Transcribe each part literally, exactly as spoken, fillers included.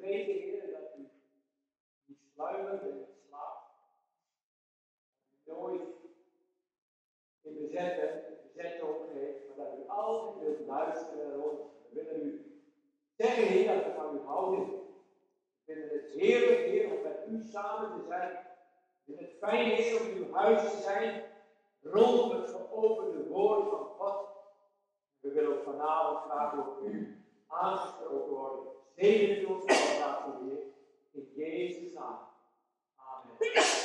weten, Heer, dat u niet sluimert en slaapt. Dat u nooit in bezette, bezette opgeeft, maar dat u altijd wilt luisteren naar ons. We willen u zeggen, Heer, dat we van u houden. We vinden het heerlijk, Heer, om met u samen te zijn. We vinden het fijn, Heer, om in uw huis te zijn, rondom het geopende woord van God. We willen ook vanavond graag door u aangesproken worden. Zegen u ons vandaag, Heer, in Jezus' naam. Amen.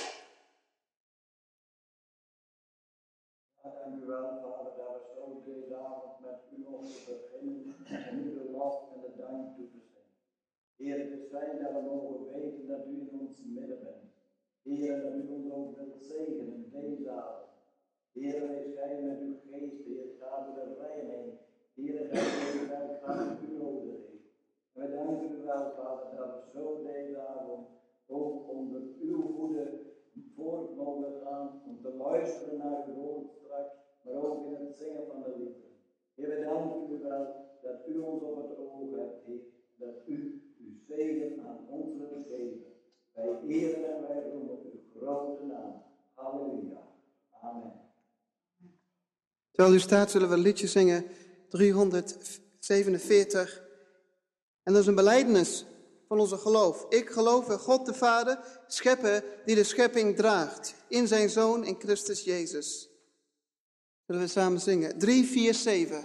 Ja, dank u wel, Vader, dat we zo deze avond met u mogen beginnen en u de lof en de dank toe te zeggen. Heer, het is fijn dat we mogen weten dat u in ons midden bent. Heer, dat u ons ook wilt zegenen deze avond. Heer, wees gij met uw geest, Heer, ga door de rijen heen. Heer, gij weet welke kracht u nodig heeft. En wij danken u wel, Vader, dat we zo deze avond ook onder uw goede voort mogen gaan om te luisteren naar uw woord straks, maar ook in het zingen van de liederen. Heer, wij danken u wel dat u ons op het oog hebt, Heer, dat u uw zegen aan ons wilt geven. Wij eren en wij roemen uw grote naam. Halleluja. Amen. Terwijl u staat, zullen we een liedje zingen, driehonderdzevenenveertig. En dat is een belijdenis van onze geloof. Ik geloof in God de Vader, schepper die de schepping draagt, in zijn Zoon, in Christus Jezus. Zullen we samen zingen? drie, vier, zeven.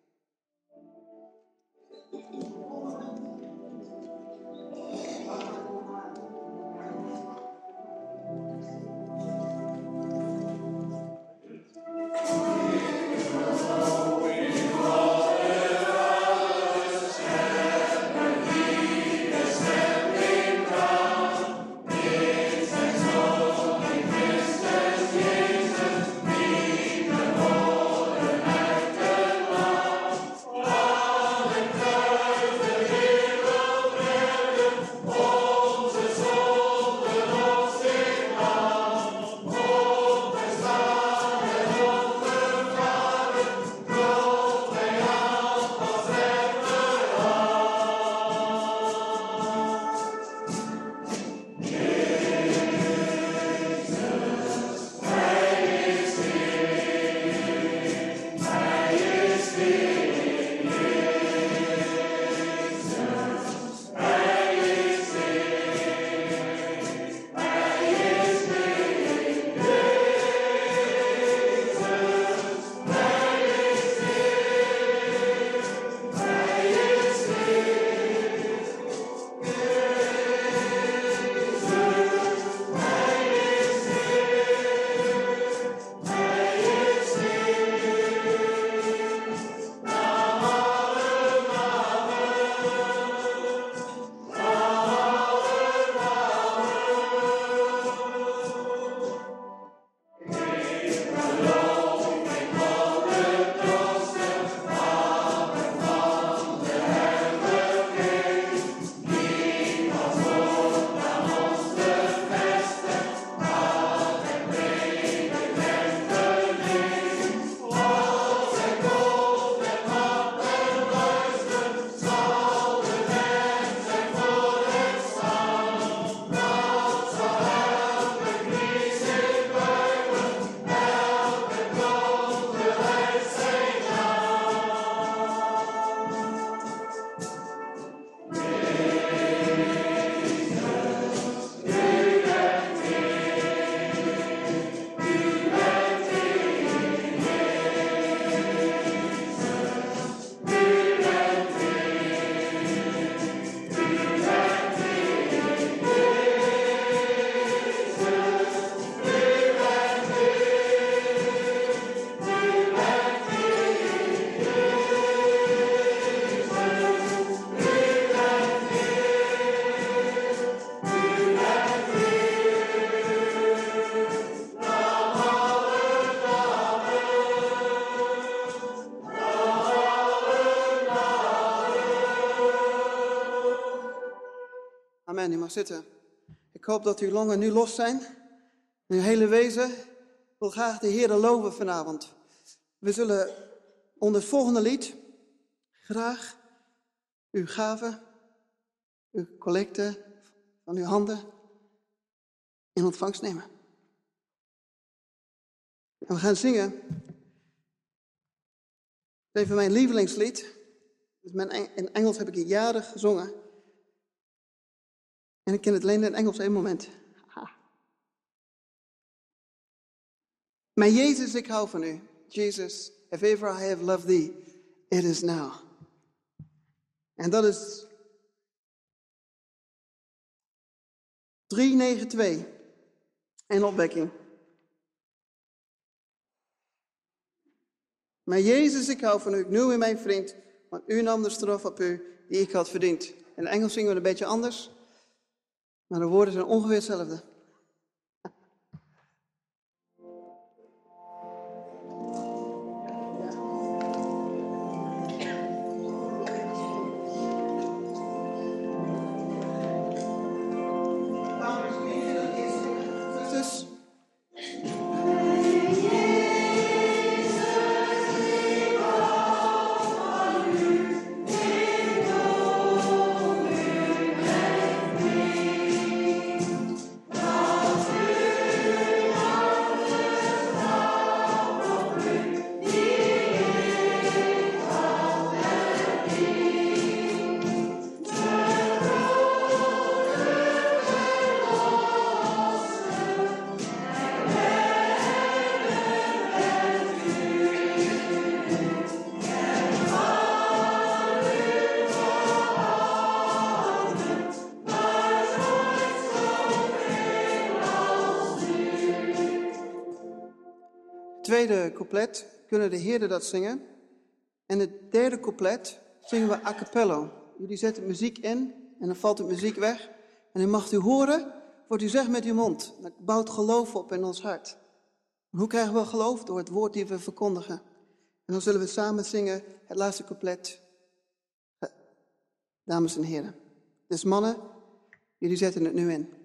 Amen, u mag zitten. Ik hoop dat uw longen nu los zijn. Uw hele wezen wil graag de Heer loven vanavond. We zullen onder het volgende lied graag uw gave uw collecte van uw handen in ontvangst nemen. En we gaan zingen. Even mijn lievelingslied. Dus mijn, in Engels heb ik het jaren gezongen. En ik ken het alleen in het Engels één moment. Aha. Maar Jezus, ik hou van u. Jesus, if ever I have loved thee, it is now. En dat is driehonderdnegenentwintig. En opwekking. Maar Jezus, ik hou van u. Ik noem u mijn vriend. Want u nam de straf op u die ik had verdiend. In het Engels zingen we het een beetje anders. Maar de woorden zijn ongeveer hetzelfde. Tweede couplet kunnen de heren dat zingen. En het derde couplet zingen we a cappello. Jullie zetten muziek in en dan valt de muziek weg. En dan mag u horen wat u zegt met uw mond. Dat bouwt geloof op in ons hart. En hoe krijgen we geloof? Door het woord die we verkondigen. En dan zullen we samen zingen het laatste couplet. Dames en heren. Dus mannen, jullie zetten het nu in.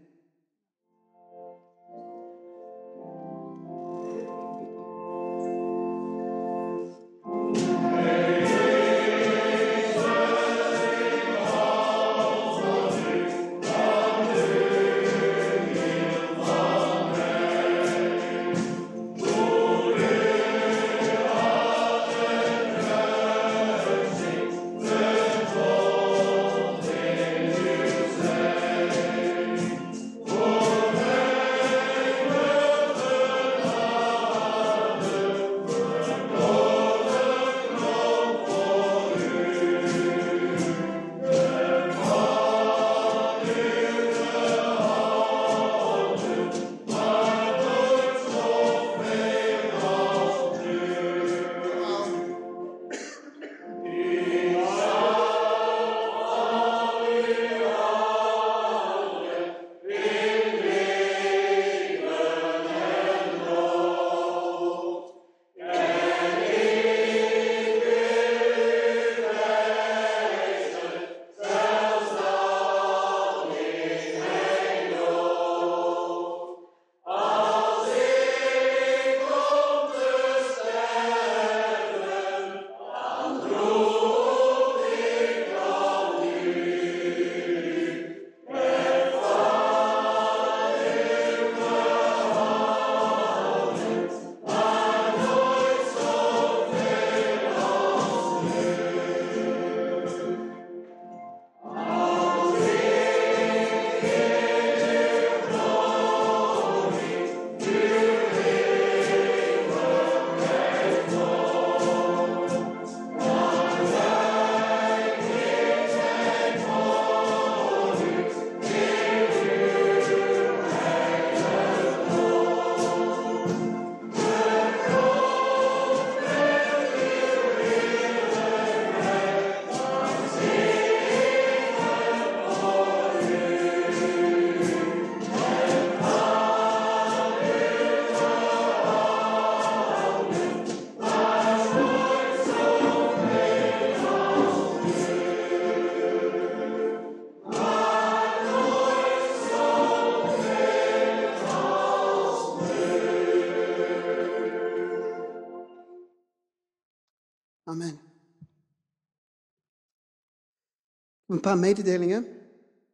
Amen. Een paar mededelingen.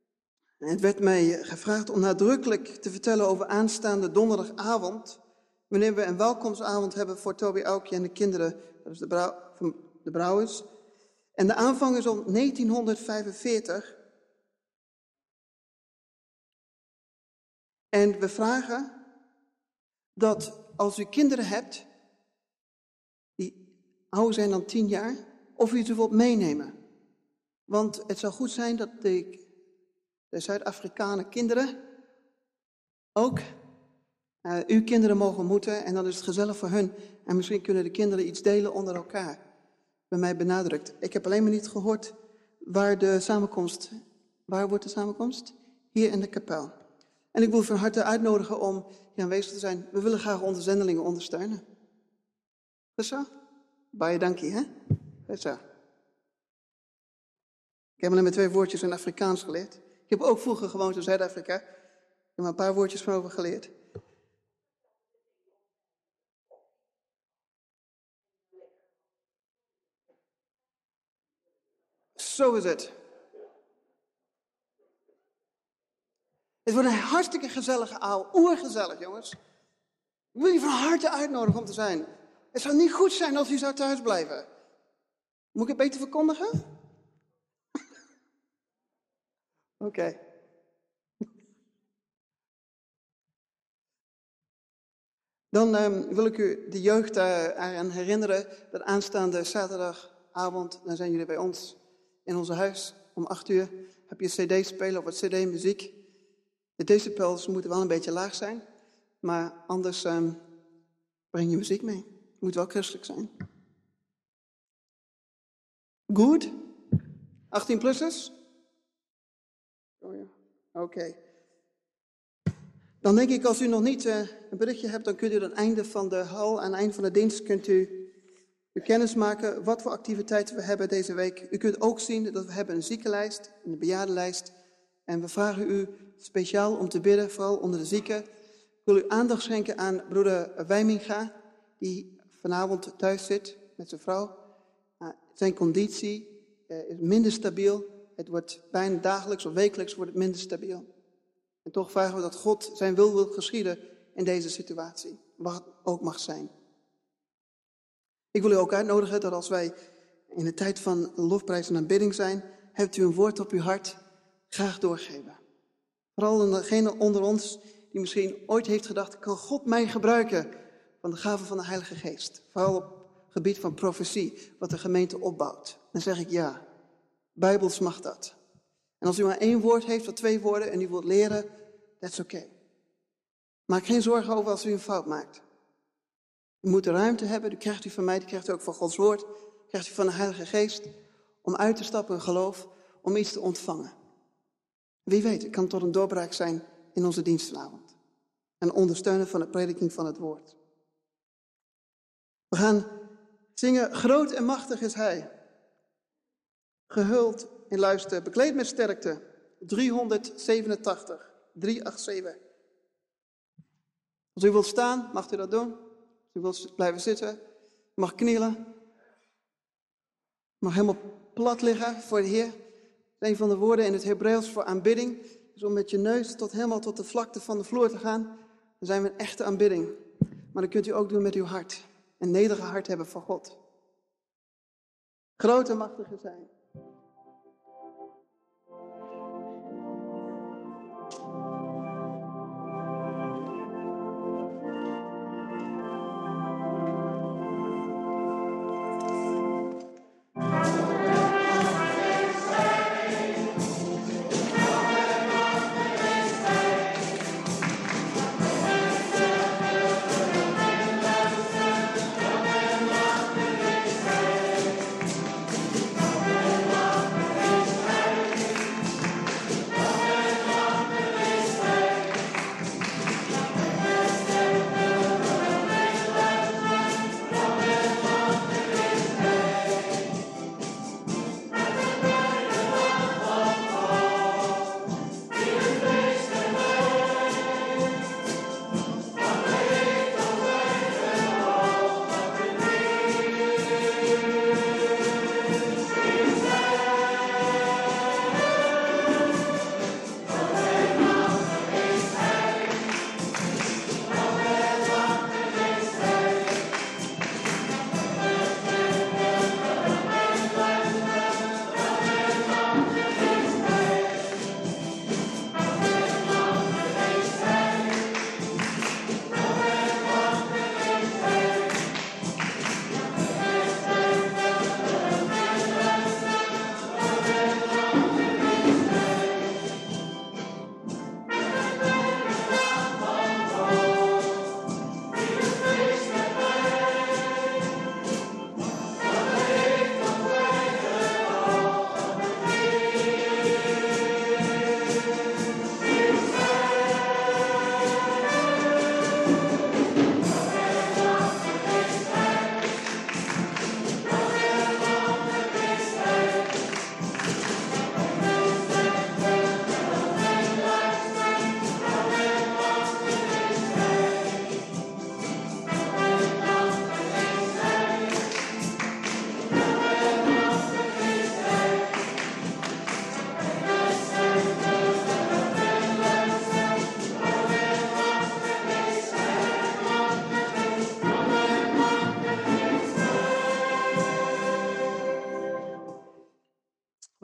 En het werd mij gevraagd om nadrukkelijk te vertellen over aanstaande donderdagavond, wanneer we een welkomstavond hebben voor Toby Aukje en de kinderen, dat is de, brouw, van de Brouwers. En de aanvang is om negentienhonderdvijfenveertig. En we vragen dat als u kinderen hebt, die ouder zijn dan tien jaar, of u ze wilt meenemen. Want het zou goed zijn dat de, de Zuid-Afrikanen kinderen ook uh, uw kinderen mogen ontmoeten. En dan is het gezellig voor hun. En misschien kunnen de kinderen iets delen onder elkaar. Bij mij benadrukt. Ik heb alleen maar niet gehoord waar de samenkomst, waar wordt de samenkomst? Hier in de kapel. En ik wil u van harte uitnodigen om hier aanwezig te zijn. We willen graag onze zendelingen ondersteunen. Goed zo? Baie dankie, hè? Goed zo. Ik heb alleen maar twee woordjes in Afrikaans geleerd. Ik heb ook vroeger gewoond in Zuid-Afrika. Ik heb maar een paar woordjes van over geleerd. Zo is het. Het wordt een hartstikke gezellige avond. Oergezellig, jongens. Ik wil je van harte uitnodigen om te zijn. Het zou niet goed zijn als u zou thuis blijven. Moet ik het beter verkondigen? Oké. Okay. Dan um, wil ik u de jeugd uh, eraan herinneren dat aanstaande zaterdagavond, dan zijn jullie bij ons in ons huis om acht uur. Heb je een cd-speler of wat cd-muziek. De decibels moeten wel een beetje laag zijn, maar anders um, breng je muziek mee. Het moet wel christelijk zijn. Goed? achttien-plussers? Oh ja, oké. Okay. Dan denk ik, als u nog niet uh, een berichtje hebt, dan kunt u aan het einde van de hal, aan het einde van de dienst, kunt u, u kennis maken wat voor activiteiten we hebben deze week. U kunt ook zien dat we hebben een ziekenlijst, een bejaardenlijst. En we vragen u speciaal om te bidden, vooral onder de zieken. Ik wil u aandacht schenken aan broeder Wijminga, die vanavond thuis zit met zijn vrouw. Uh, zijn conditie uh, is minder stabiel. Het wordt bijna dagelijks of wekelijks wordt het minder stabiel. En toch vragen we dat God zijn wil wil geschieden in deze situatie, wat het ook mag zijn. Ik wil u ook uitnodigen dat als wij in de tijd van lofprijs en aanbidding zijn, hebt u een woord op uw hart, graag doorgeven. Vooral degene onder ons die misschien ooit heeft gedacht, kan God mij gebruiken van de gave van de Heilige Geest. Vooral op het gebied van profetie, wat de gemeente opbouwt. Dan zeg ik ja, Bijbels mag dat. En als u maar één woord heeft of twee woorden en u wilt leren, that's oké. Okay. Maak geen zorgen over als u een fout maakt. U moet de ruimte hebben, die krijgt u van mij, die krijgt u ook van Gods woord, die krijgt u van de Heilige Geest, om uit te stappen in geloof, om iets te ontvangen. Wie weet, het kan tot een doorbraak zijn in onze dienst vanavond. En ondersteunen van de prediking van het woord. We gaan zingen, groot en machtig is Hij. Gehuld in luister, bekleed met sterkte. driehonderdzevenentachtig, driehonderdzevenentachtig. Als u wilt staan, mag u dat doen. Als u wilt blijven zitten, u mag knielen. U mag helemaal plat liggen voor de Heer. Een van de woorden in het Hebreeuws voor aanbidding is om met je neus tot helemaal tot de vlakte van de vloer te gaan. Dan zijn we een echte aanbidding. Maar dat kunt u ook doen met uw hart. Een nederige hart hebben voor God. Groot en machtig is Hij. Amen.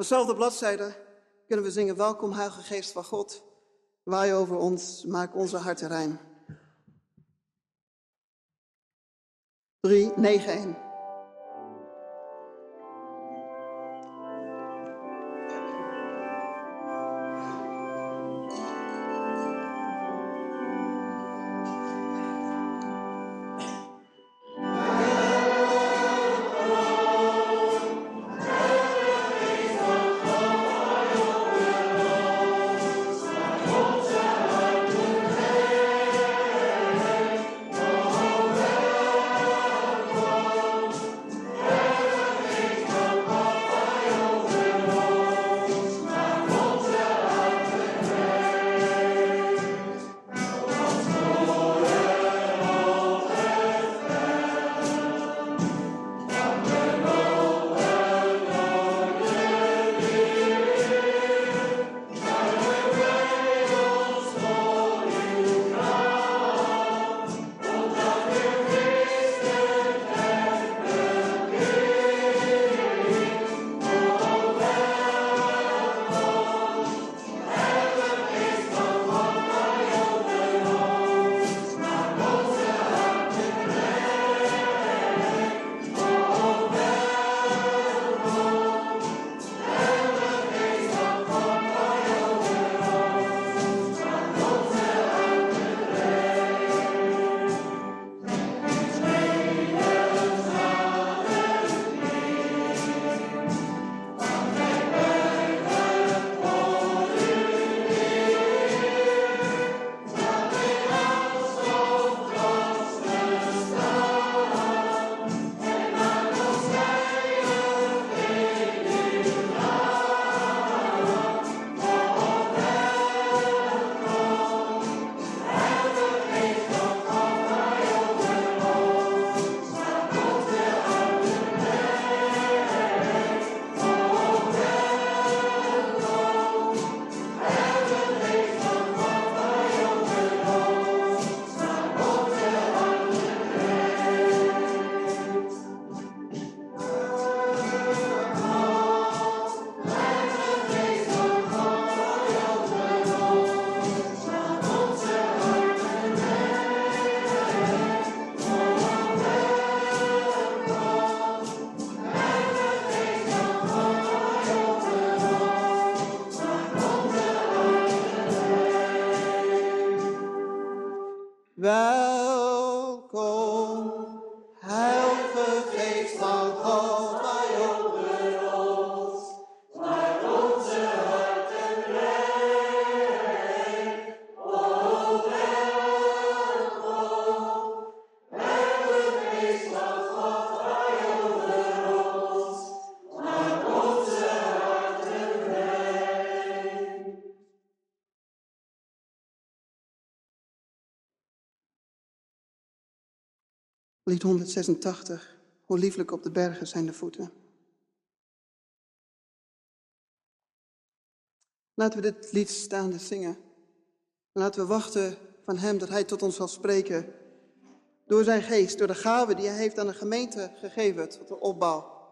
dezelfde bladzijde kunnen we zingen: welkom Heilige Geest van God, waai over ons, maak onze harten rein. drie, negen, één. Welkom, Heilige Geest van God, waai over ons, maak onze harten rein. O welkom, Heilige Geest van God, waai over ons, maak onze harten rein. Lied honderdzesentachtig, hoe lieflijk op de bergen zijn de voeten. Laten we dit lied staande zingen. Laten we wachten van hem dat hij tot ons zal spreken. Door zijn geest, door de gave die hij heeft aan de gemeente gegeven tot de opbouw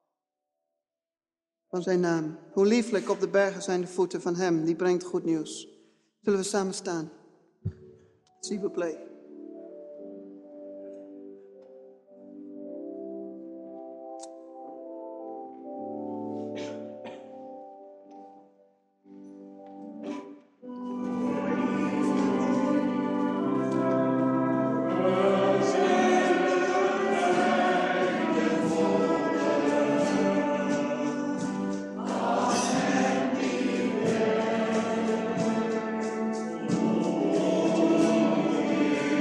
van zijn naam. Hoe lieflijk op de bergen zijn de voeten van hem, die brengt goed nieuws. Zullen we samen staan? S'il vous plaît. Oh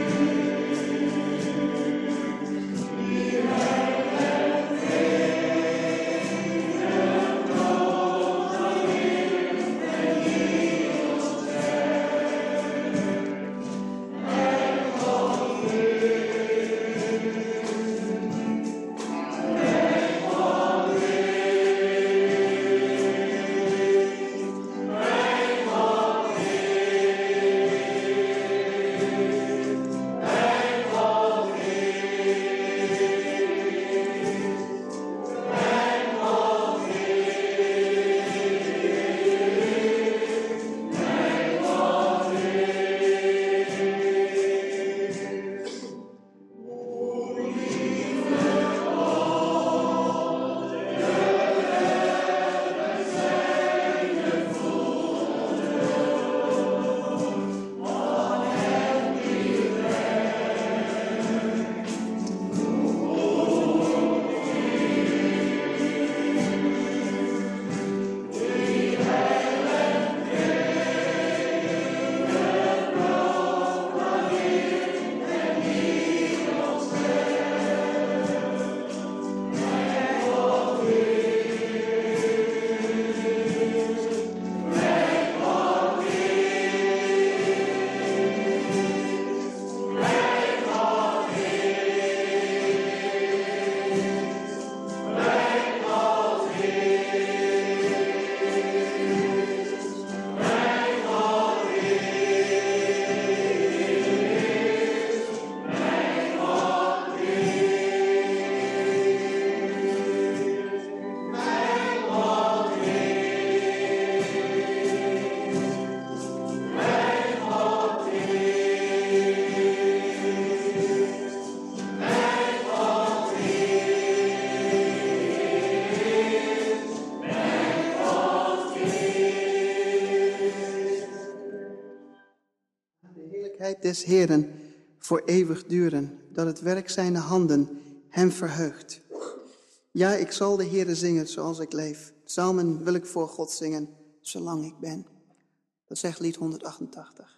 heerlijkheid des Heeren voor eeuwig duren, dat het werk zijner handen hem verheugt. Ja, ik zal de Heere zingen zoals ik leef. Psalmen wil ik voor God zingen, zolang ik ben. Dat zegt lied honderdachtentachtig.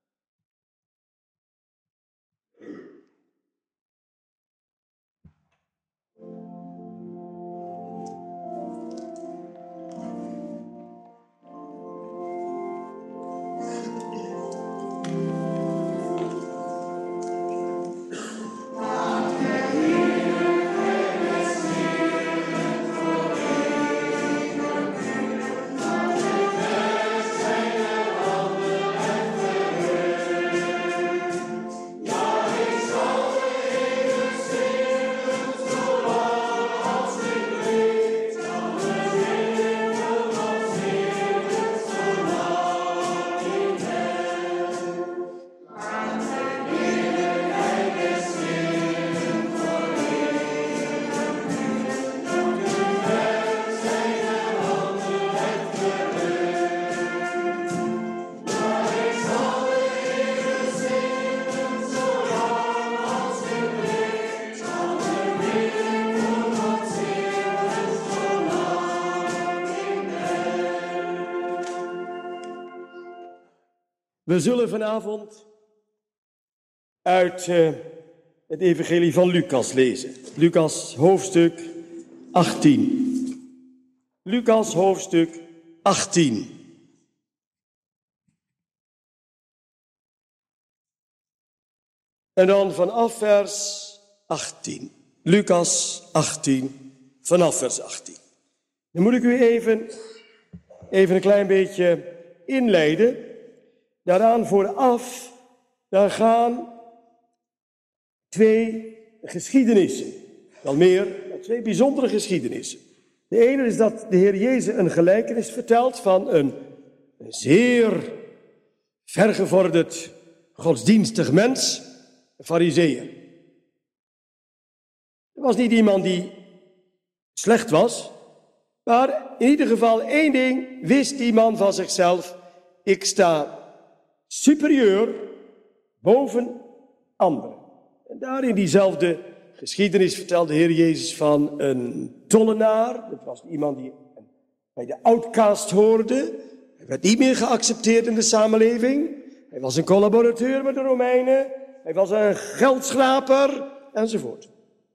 We zullen vanavond uit uh, het evangelie van Lucas lezen. Lucas hoofdstuk achttien. Lucas hoofdstuk achttien. En dan vanaf vers achttien. Lucas achttien, vanaf vers achttien. Dan moet ik u even, even een klein beetje inleiden. Daaraan vooraf, daar gaan twee geschiedenissen. Wel meer, maar twee bijzondere geschiedenissen. De ene is dat de Heer Jezus een gelijkenis vertelt van een, een zeer vergevorderd godsdienstig mens, een farizeeër. Er was niet iemand die slecht was, maar in ieder geval één ding wist die man van zichzelf: ik sta superieur boven anderen. En daar in diezelfde geschiedenis vertelde de Heer Jezus van een tollenaar. Dat was iemand die bij de outcast hoorde. Hij werd niet meer geaccepteerd in de samenleving. Hij was een collaborateur met de Romeinen. Hij was een geldschraper enzovoort.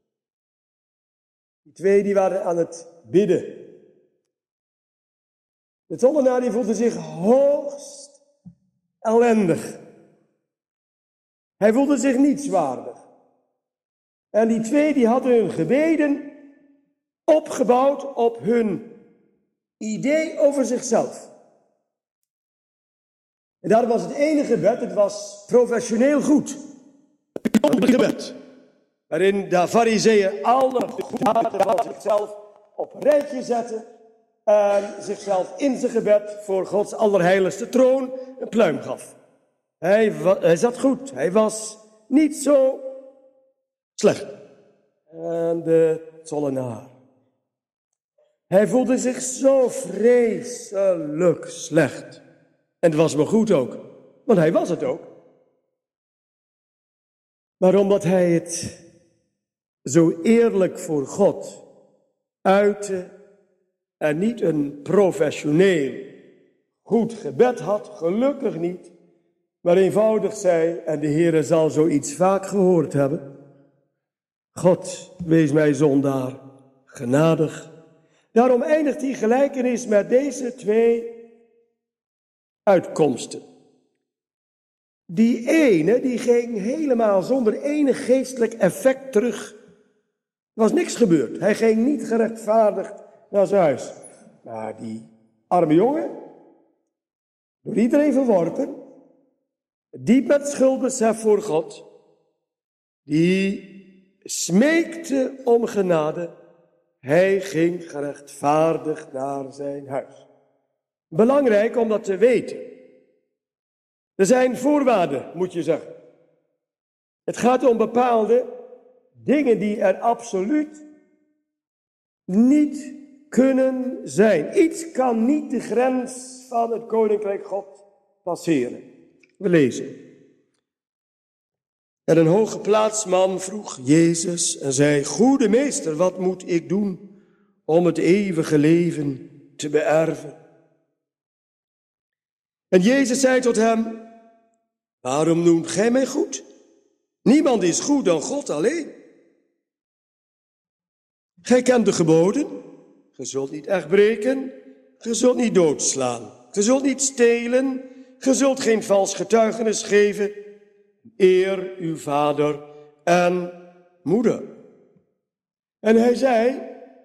Die twee die waren aan het bidden. De tollenaar die voelde zich hoogst ellendig. Hij voelde zich nietswaardig. En die twee die hadden hun gebeden opgebouwd op hun idee over zichzelf. En daar was het ene gebed, het was professioneel goed. Een gebed. Waarin de farizeeën alle goedheden van zichzelf op een rijtje zetten. En zichzelf in zijn gebed voor Gods allerheiligste troon een pluim gaf. Hij, hij zat goed, hij was niet zo slecht. En de tollenaar. Hij voelde zich zo vreselijk slecht. En het was maar goed ook, want hij was het ook. Maar omdat hij het zo eerlijk voor God uitte en niet een professioneel goed gebed had, gelukkig niet, maar eenvoudig zei, en de Heere zal zoiets vaak gehoord hebben: God, wees mij zondaar genadig. Daarom eindigt die gelijkenis met deze twee uitkomsten. Die ene, die ging helemaal zonder enig geestelijk effect terug. Er was niks gebeurd. Hij ging niet gerechtvaardigd naar zijn huis. Maar die arme jongen, door iedereen verworpen, diep met schuldbesef voor God, die smeekte om genade. Hij ging gerechtvaardigd naar zijn huis. Belangrijk om dat te weten. Er zijn voorwaarden, moet je zeggen. Het gaat om bepaalde dingen die er absoluut niet kunnen zijn. Iets kan niet de grens van het Koninkrijk God passeren. We lezen. En een hooggeplaatst man vroeg Jezus en zei, Goede meester, wat moet ik doen om het eeuwige leven te beërven? En Jezus zei tot hem, waarom noemt gij mij goed? Niemand is goed dan God alleen. Gij kent de geboden. Ge zult niet echt breken. Ge zult niet doodslaan. Ge zult niet stelen. Ge zult geen vals getuigenis geven. Eer uw vader en moeder. En hij zei,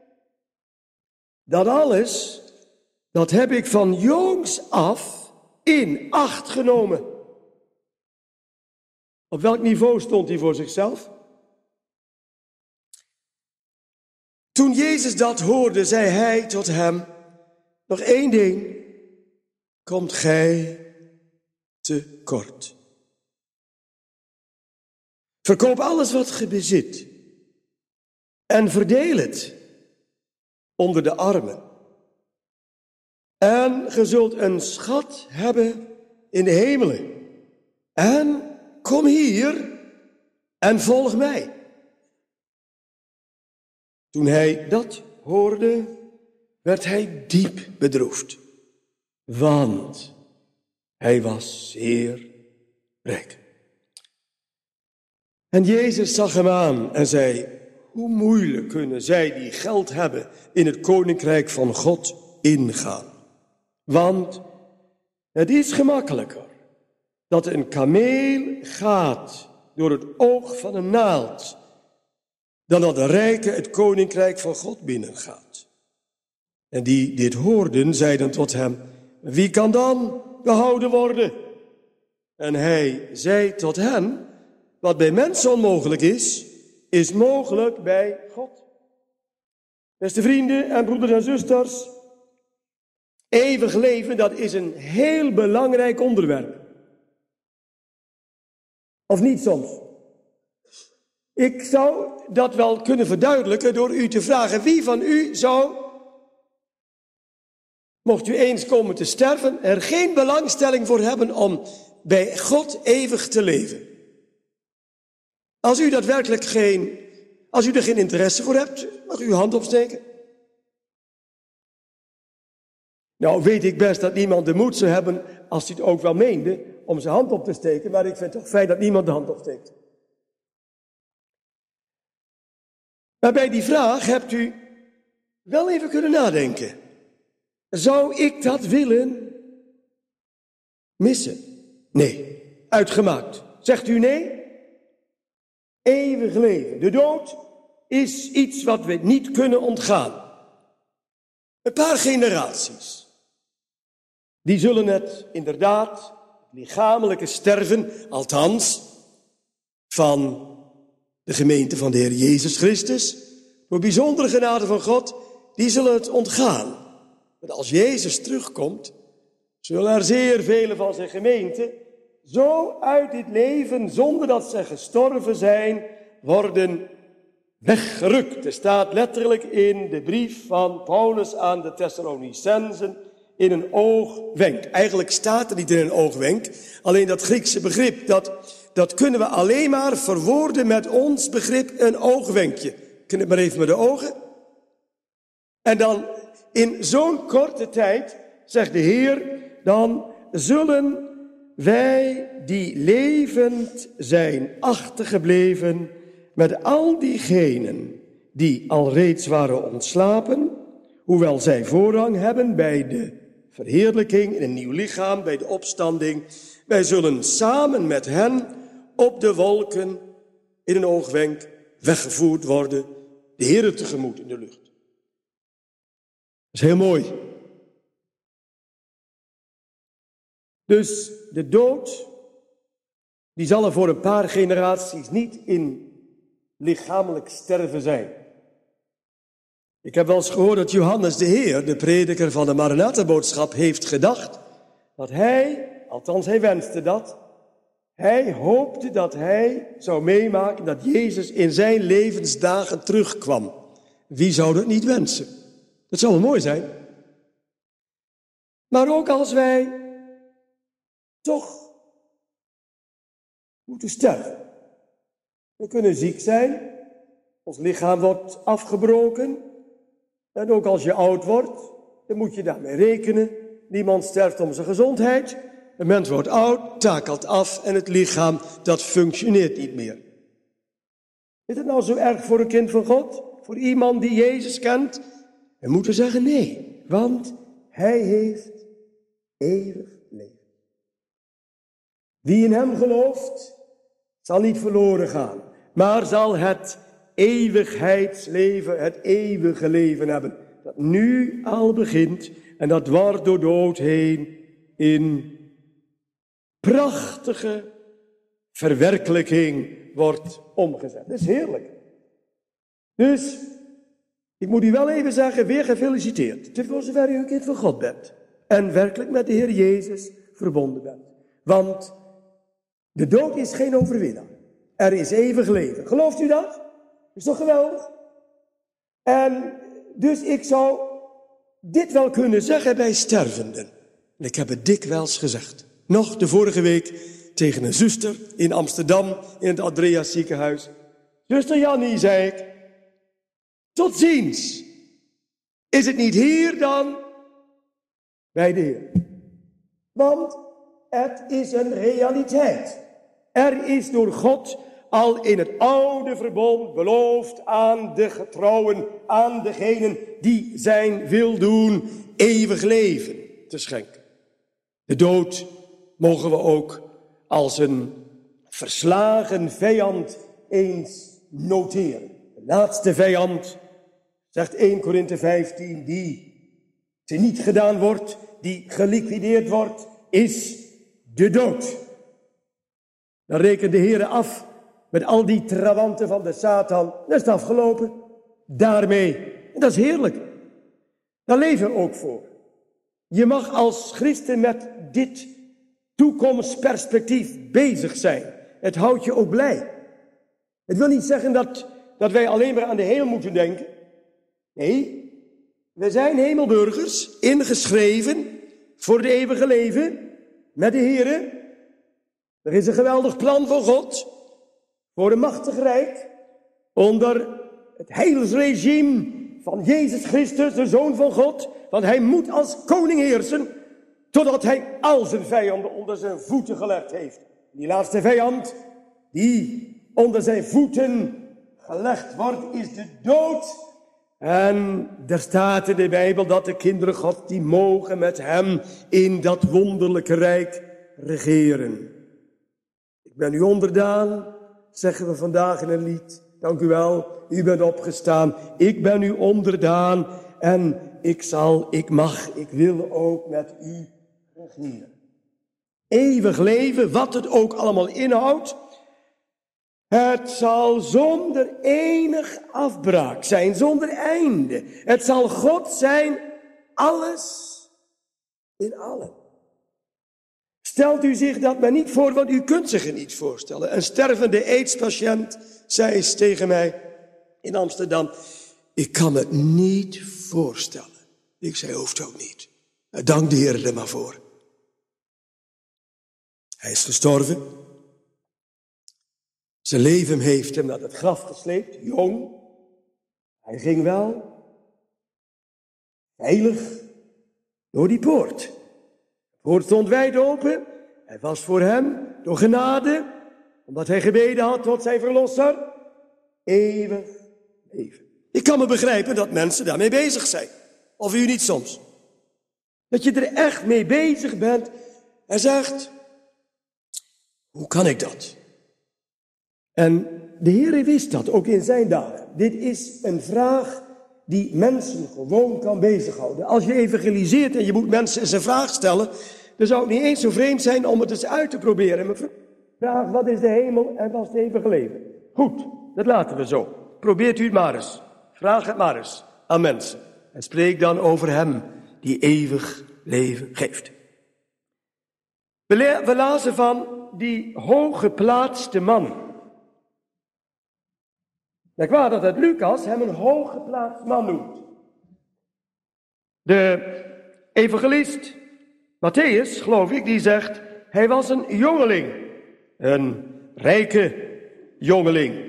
dat alles, dat heb ik van jongs af in acht genomen. Op welk niveau stond hij voor zichzelf? Toen Jezus dat hoorde, zei hij tot hem, nog één ding, komt gij te kort. Verkoop alles wat ge bezit en verdeel het onder de armen. En ge zult een schat hebben in de hemelen. En kom hier en volg mij. Toen hij dat hoorde, werd hij diep bedroefd, want hij was zeer rijk. En Jezus zag hem aan en zei, hoe moeilijk kunnen zij die geld hebben in het koninkrijk van God ingaan? Want het is gemakkelijker dat een kameel gaat door het oog van een naald, dan dat de rijke het koninkrijk van God binnengaat. En die dit hoorden, zeiden tot hem, wie kan dan behouden worden? En hij zei tot hen, wat bij mensen onmogelijk is, is mogelijk bij God. Beste vrienden en broeders en zusters, eeuwig leven, dat is een heel belangrijk onderwerp. Of niet soms? Ik zou dat wel kunnen verduidelijken door u te vragen, wie van u zou, mocht u eens komen te sterven, er geen belangstelling voor hebben om bij God eeuwig te leven? Als u daadwerkelijk geen, als u er geen interesse voor hebt, mag u uw hand opsteken. Nou weet ik best dat niemand de moed zou hebben, als hij het ook wel meende, om zijn hand op te steken, maar ik vind het toch fijn dat niemand de hand opsteekt. Maar bij die vraag hebt u wel even kunnen nadenken. Zou ik dat willen missen? Nee, uitgemaakt. Zegt u nee? Eeuwig leven. De dood is iets wat we niet kunnen ontgaan. Een paar generaties, die zullen het inderdaad, lichamelijke sterven, althans, van de gemeente van de Heer Jezus Christus, door bijzondere genade van God, die zullen het ontgaan. Maar als Jezus terugkomt, zullen er zeer vele van zijn gemeente zo uit dit leven, zonder dat ze gestorven zijn, worden weggerukt. Er staat letterlijk in de brief van Paulus aan de Thessalonicensen, in een oogwenk. Eigenlijk staat er niet in een oogwenk, alleen dat Griekse begrip, dat, dat kunnen we alleen maar verwoorden met ons begrip een oogwenkje. Kun je het maar even met de ogen? En dan in zo'n korte tijd, zegt de Heer, dan zullen wij die levend zijn achtergebleven met al diegenen die al reeds waren ontslapen, hoewel zij voorrang hebben bij de verheerlijking in een nieuw lichaam, bij de opstanding. Wij zullen samen met hen op de wolken in een oogwenk weggevoerd worden, de Heere tegemoet in de lucht. Dat is heel mooi. Dus de dood, die zal er voor een paar generaties niet in lichamelijk sterven zijn. Ik heb wel eens gehoord dat Johannes de Heer, de prediker van de Maranatha-boodschap, heeft gedacht dat hij, althans hij wenste dat, hij hoopte dat hij zou meemaken dat Jezus in zijn levensdagen terugkwam. Wie zou dat niet wensen? Dat zou wel mooi zijn. Maar ook als wij toch moeten sterven, We kunnen ziek zijn. Ons lichaam wordt afgebroken. En ook als je oud wordt, dan moet je daarmee rekenen. Niemand sterft om zijn gezondheid. Een mens wordt oud, takelt af en het lichaam, dat functioneert niet meer. Is het nou zo erg voor een kind van God? Voor iemand die Jezus kent? We moeten zeggen nee, want hij heeft eeuwig leven. Wie in hem gelooft, zal niet verloren gaan, maar zal het eeuwigheidsleven, het eeuwige leven hebben. Dat nu al begint en dat dwars door dood heen in prachtige verwerkelijking wordt omgezet. Dat is heerlijk. Dus, ik moet u wel even zeggen, weer gefeliciteerd. Te voor zover u een kind van God bent. En werkelijk met de Heer Jezus verbonden bent. Want de dood is geen overwinnaar. Er is eeuwig leven. Gelooft u dat? Is toch geweldig? En dus ik zou dit wel kunnen zeggen bij stervenden. En ik heb het dikwijls gezegd. Nog de vorige week tegen een zuster in Amsterdam in het Andreas ziekenhuis. Zuster Jannie, zei ik, tot ziens. Is het niet hier dan? Bij de Heer. Want het is een realiteit. Er is door God al in het oude verbond beloofd aan de getrouwen, aan degenen die zijn wil doen, eeuwig leven te schenken. De dood mogen we ook als een verslagen vijand eens noteren. De laatste vijand, zegt eerste Korinthe vijftien, die teniet gedaan wordt, die geliquideerd wordt, is de dood. Dan rekent de Heer af met al die trawanten van de Satan. Dat is het afgelopen. Daarmee. En dat is heerlijk. Daar leven we ook voor. Je mag als christen met dit toekomstperspectief bezig zijn. Het houdt je ook blij. Het wil niet zeggen dat, dat wij alleen maar aan de hemel moeten denken. Nee, we zijn hemelburgers, ingeschreven voor het eeuwige leven met de Heere. Er is een geweldig plan van God voor een machtig rijk onder het heilsregime van Jezus Christus, de Zoon van God. Want hij moet als koning heersen totdat hij al zijn vijanden onder zijn voeten gelegd heeft. Die laatste vijand die onder zijn voeten gelegd wordt is de dood. En er staat in de Bijbel dat de kinderen God die mogen met hem in dat wonderlijke rijk regeren. Ik ben u onderdaan, zeggen we vandaag in een lied. Dank u wel, u bent opgestaan. Ik ben u onderdaan en ik zal, ik mag, ik wil ook met u regeren. Eeuwig leven, wat het ook allemaal inhoudt. Het zal zonder enig afbraak zijn, zonder einde. Het zal God zijn, alles in allen. Stelt u zich dat maar niet voor, want u kunt zich het niet voorstellen. Een stervende aidspatiënt zei eens tegen mij in Amsterdam, ik kan me het niet voorstellen. Ik zei, hoeft ook niet. Dank de Heer er maar voor. Hij is gestorven. Zijn leven heeft hem naar het graf gesleept, jong. Hij ging wel veilig door die poort. De poort stond wijd open. Hij was voor hem door genade, omdat hij gebeden had tot zijn verlosser, eeuwig leven. Ik kan me begrijpen dat mensen daarmee bezig zijn. Of u niet soms. Dat je er echt mee bezig bent en zegt, hoe kan ik dat? En de Heer wist dat, ook in zijn dagen. Dit is een vraag die mensen gewoon kan bezighouden. Als je evangeliseert en je moet mensen eens een vraag stellen, dan zou het niet eens zo vreemd zijn om het eens uit te proberen. Maar vraag, wat is de hemel en wat is het eeuwige leven? Goed, dat laten we zo. Probeert u het maar eens. Vraag het maar eens aan mensen. En spreek dan over hem die eeuwig leven geeft. We, le- we lazen van die hooggeplaatste man. Merkwaardig dat Lucas hem een hooggeplaatst man noemt. De evangelist Matthäus, geloof ik, die zegt, hij was een jongeling. Een rijke jongeling.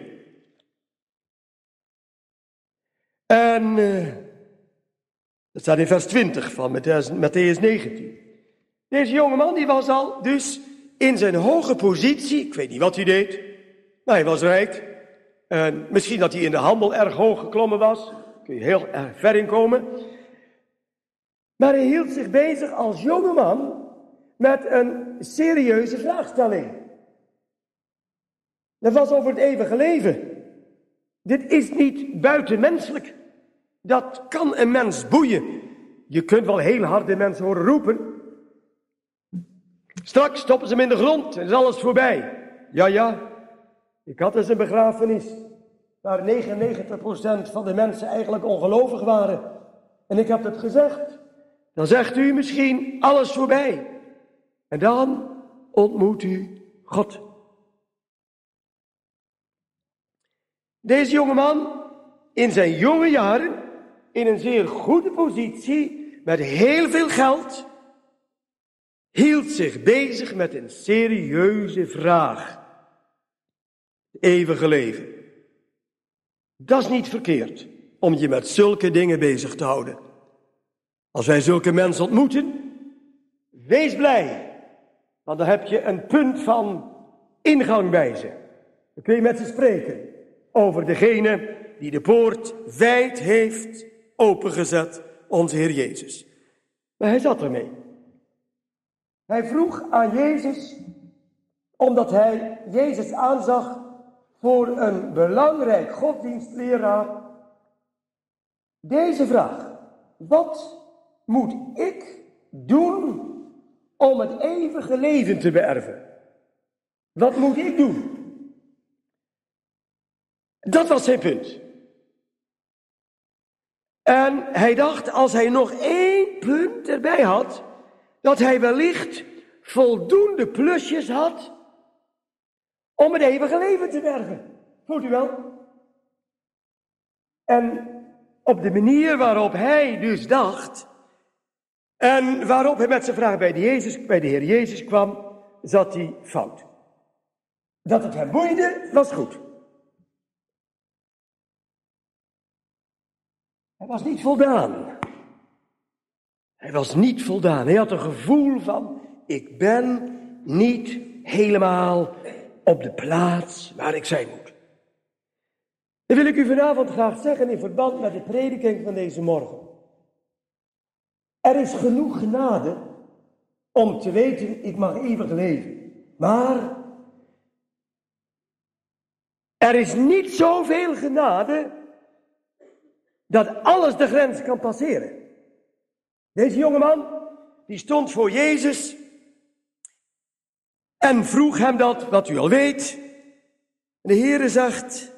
En uh, dat staat in vers twintig van Mattheüs negentien. Deze jongeman die was al dus in zijn hoge positie, ik weet niet wat hij deed, maar hij was rijk. En misschien dat hij in de handel erg hoog geklommen was, kun je heel erg ver in komen. Maar hij hield zich bezig als jongeman met een serieuze vraagstelling. Dat was over het eeuwige leven. Dit is niet buitenmenselijk. Dat kan een mens boeien. Je kunt wel heel hard de mensen horen roepen. Straks stoppen ze hem in de grond en is alles voorbij. Ja, ja, ik had eens een begrafenis waar negenennegentig procent van de mensen eigenlijk ongelovig waren. En ik heb het gezegd. Dan zegt u misschien alles voorbij. En dan ontmoet u God. Deze jongeman in zijn jonge jaren, in een zeer goede positie, met heel veel geld, hield zich bezig met een serieuze vraag. Het eeuwige leven. Dat is niet verkeerd, om je met zulke dingen bezig te houden. Als wij zulke mensen ontmoeten, wees blij. Want dan heb je een punt van ingang bij ze. Dan kun je met ze spreken over degene die de poort wijd heeft opengezet, onze Heer Jezus. Maar hij zat ermee. Hij vroeg aan Jezus, omdat hij Jezus aanzag voor een belangrijk godsdienstleraar, deze vraag: wat moet ik doen om het eeuwige leven te beërven? Wat moet ik doen? Dat was zijn punt. En hij dacht, als hij nog één punt erbij had, dat hij wellicht voldoende plusjes had om het eeuwige leven te beërven. Voelt u wel? En op de manier waarop hij dus dacht, en waarop hij met zijn vraag bij de, Jezus, bij de Heer Jezus kwam, zat hij fout. Dat het hem boeide, was goed. Hij was niet voldaan. Hij was niet voldaan. Hij had een gevoel van, ik ben niet helemaal op de plaats waar ik zijn moet. Dat wil ik u vanavond graag zeggen in verband met de prediking van deze morgen. Er is genoeg genade om te weten, ik mag eeuwig leven. Maar er is niet zoveel genade dat alles de grens kan passeren. Deze jongeman, die stond voor Jezus en vroeg hem dat, wat u al weet. De Heere zegt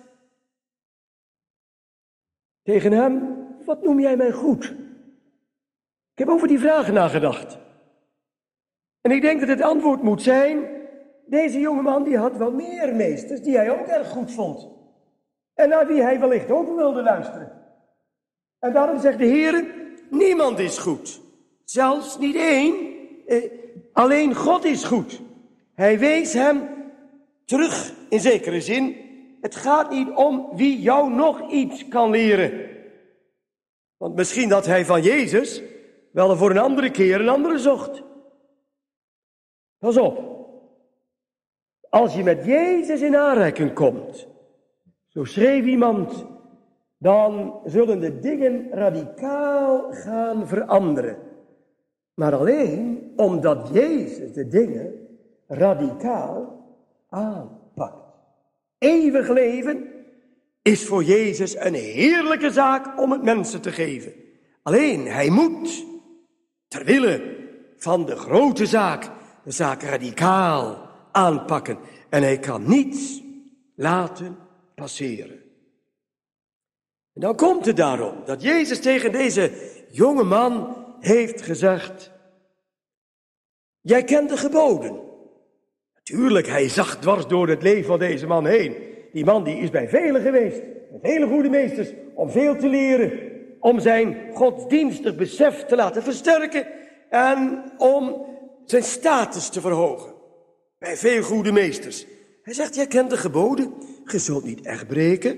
tegen hem, wat noem jij mij goed? Ik heb over die vragen nagedacht. En ik denk dat het antwoord moet zijn, deze jongeman die had wel meer meesters die hij ook erg goed vond. En naar wie hij wellicht ook wilde luisteren. En daarom zegt de Heer, niemand is goed. Zelfs niet één. Eh, alleen God is goed. Hij wees hem terug in zekere zin. Het gaat niet om wie jou nog iets kan leren. Want misschien dat hij van Jezus wel voor een andere keer een andere zocht. Pas op. Als je met Jezus in aanraking komt, zo schreef iemand, dan zullen de dingen radicaal gaan veranderen. Maar alleen omdat Jezus de dingen radicaal aanpakt. Eeuwig leven is voor Jezus een heerlijke zaak om het mensen te geven. Alleen, hij moet, ter wille van de grote zaak, de zaak radicaal aanpakken. En hij kan niets laten passeren. En dan komt het daarom dat Jezus tegen deze jonge man heeft gezegd, jij kent de geboden. Natuurlijk, hij zag dwars door het leven van deze man heen. Die man die is bij velen geweest, met hele goede meesters, om veel te leren, om zijn godsdienstig besef te laten versterken en om zijn status te verhogen. Bij veel goede meesters. Hij zegt, jij kent de geboden. Je zult niet echt breken.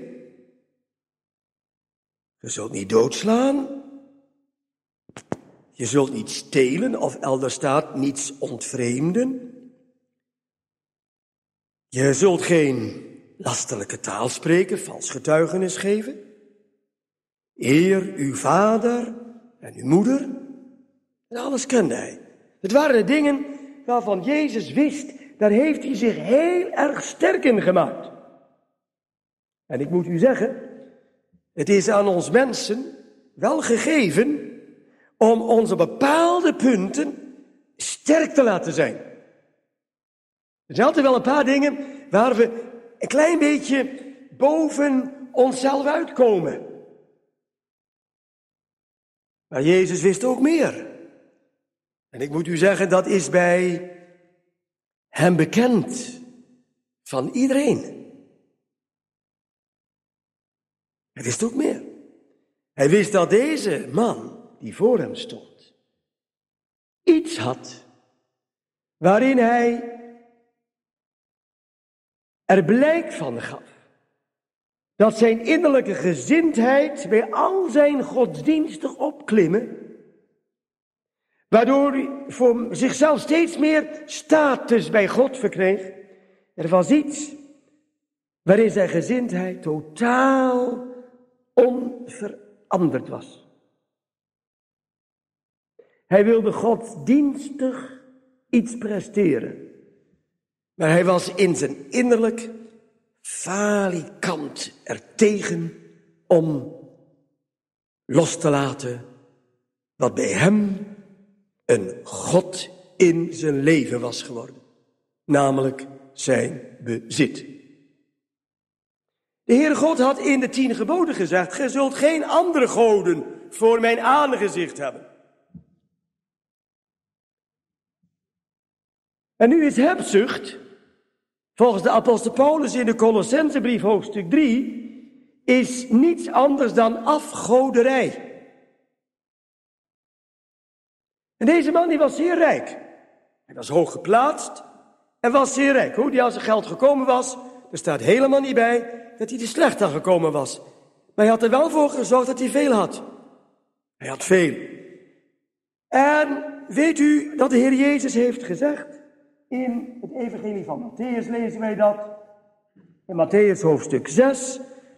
Je zult niet doodslaan. Je zult niet stelen, of elders staat, niets ontvreemden. Je zult geen lasterlijke taal spreken, vals getuigenis geven. Eer uw vader en uw moeder. En alles kende hij. Het waren de dingen waarvan Jezus wist, daar heeft hij zich heel erg sterk in gemaakt. En ik moet u zeggen, het is aan ons mensen wel gegeven om onze bepaalde punten sterk te laten zijn. Er zijn altijd wel een paar dingen waar we een klein beetje boven onszelf uitkomen. Maar Jezus wist ook meer. En ik moet u zeggen, dat is bij hem bekend van iedereen. Hij wist ook meer. Hij wist dat deze man die voor hem stond iets had waarin hij er blijk van gaf dat zijn innerlijke gezindheid bij al zijn godsdienstig opklimmen, waardoor hij voor zichzelf steeds meer status bij God verkreeg. Er was iets waarin zijn gezindheid totaal onveranderd was. Hij wilde godsdienstig iets presteren. Maar hij was in zijn innerlijk falikant ertegen om los te laten wat bij hem een God in zijn leven was geworden. Namelijk zijn bezit. De Heere God had in de tien geboden gezegd, gij zult geen andere goden voor mijn aangezicht hebben. En nu is hebzucht, volgens de apostel Paulus in de Colossensebrief hoofdstuk drie, is niets anders dan afgoderij. En deze man die was zeer rijk. Hij was hoog geplaatst en was zeer rijk. Hoe die aan zijn geld gekomen was, er staat helemaal niet bij dat hij er slecht aan gekomen was. Maar hij had er wel voor gezorgd dat hij veel had. Hij had veel. En weet u dat de Heer Jezus heeft gezegd? In het evangelie van Matthäus lezen wij dat. In Matthäus hoofdstuk zes.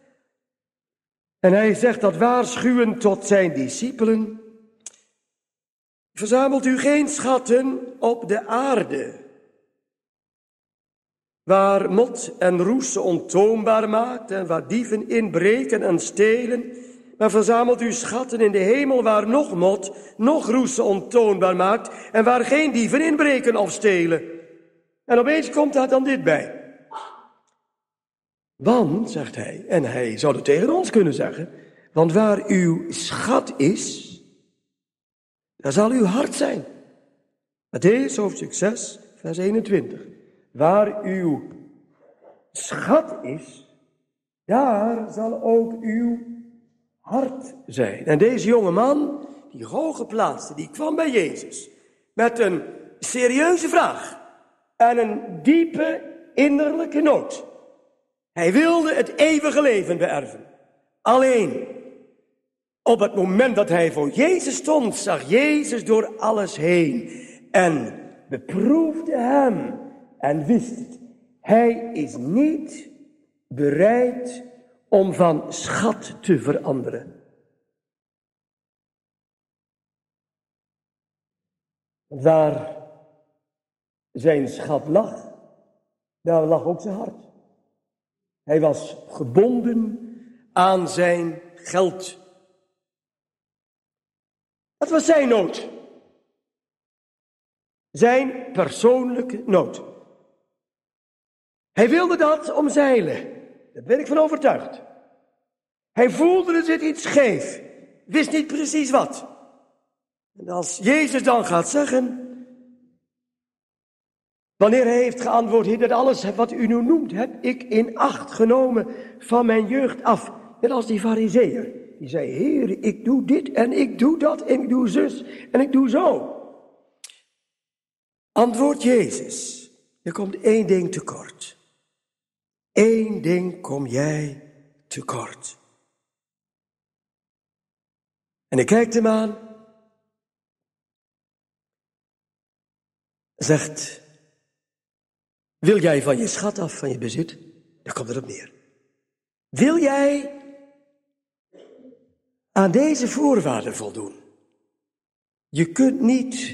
En hij zegt dat waarschuwend tot zijn discipelen. Verzamelt u geen schatten op de aarde, waar mot en roes ze ontoonbaar maakt en waar dieven inbreken en stelen. Maar verzamelt u schatten in de hemel waar nog mot, nog roes ze ontoonbaar maakt en waar geen dieven inbreken of stelen. En opeens komt daar dan dit bij. Want, zegt hij, en hij zou het tegen ons kunnen zeggen, want waar uw schat is, daar zal uw hart zijn. Matthäus hoofdstuk zes, vers eenentwintig. Waar uw schat is, daar zal ook uw hart zijn. En deze jonge man, die hooggeplaatste, die kwam bij Jezus met een serieuze vraag en een diepe innerlijke nood. Hij wilde het eeuwige leven beërven. Alleen, op het moment dat hij voor Jezus stond, zag Jezus door alles heen en beproefde hem en wist het. Hij is niet bereid om van schat te veranderen. Waar zijn schat lag, daar lag ook zijn hart. Hij was gebonden aan zijn geld. Dat was zijn nood. Zijn persoonlijke nood. Hij wilde dat omzeilen. Daar ben ik van overtuigd. Hij voelde er zit iets scheef. Wist niet precies wat. En als Jezus dan gaat zeggen, wanneer hij heeft geantwoord, Heer, dat alles wat u nu noemt, heb ik in acht genomen van mijn jeugd af. Net als die farizeeër. Die zei, Heer, ik doe dit en ik doe dat en ik doe zus en ik doe zo. Antwoord Jezus, er komt één ding tekort. Eén ding kom jij tekort. En hij kijkt hem aan. Zegt, wil jij van je schat af, van je bezit? Daar komt het op neer. Wil jij aan deze voorwaarden voldoen? Je kunt niet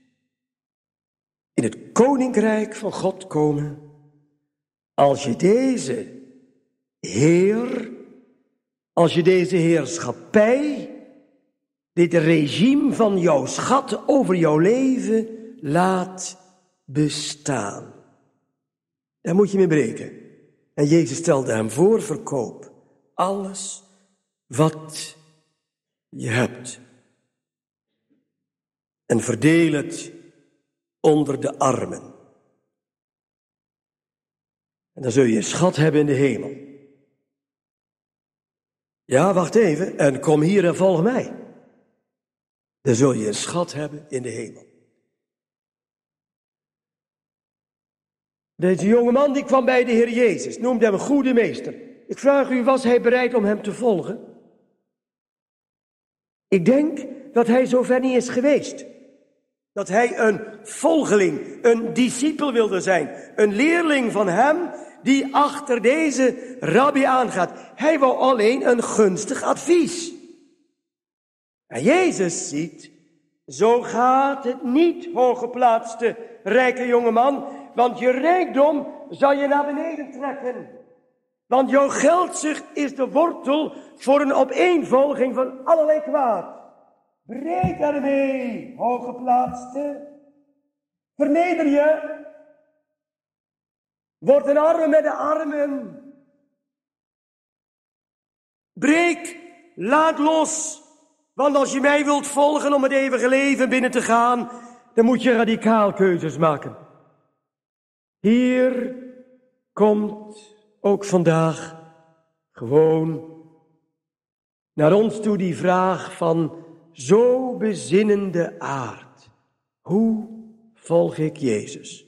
in het koninkrijk van God komen als je deze Heer, als je deze heerschappij, dit regime van jouw schat over jouw leven laat bestaan. Daar moet je mee breken. En Jezus stelde hem voor, verkoop alles wat je hebt. En verdeel het onder de armen. En dan zul je een schat hebben in de hemel. Ja, wacht even. En kom hier en volg mij. Dan zul je een schat hebben in de hemel. Deze jonge man die kwam bij de Heer Jezus, noemde hem een goede meester. Ik vraag u, was hij bereid om hem te volgen? Ik denk dat hij zover niet is geweest. Dat hij een volgeling, een discipel wilde zijn. Een leerling van hem die achter deze rabbi aangaat. Hij wou alleen een gunstig advies. En Jezus ziet, zo gaat het niet, hooggeplaatste, rijke jongeman. Want je rijkdom zal je naar beneden trekken. Want jouw geldzucht is de wortel voor een opeenvolging van allerlei kwaad. Breek daarmee, hooggeplaatste. Verneder je. Word een arme met de armen. Breek, laat los. Want als je mij wilt volgen om het eeuwige leven binnen te gaan, dan moet je radicaal keuzes maken. Hier komt ook vandaag gewoon naar ons toe die vraag van zo bezinnende aard. Hoe volg ik Jezus?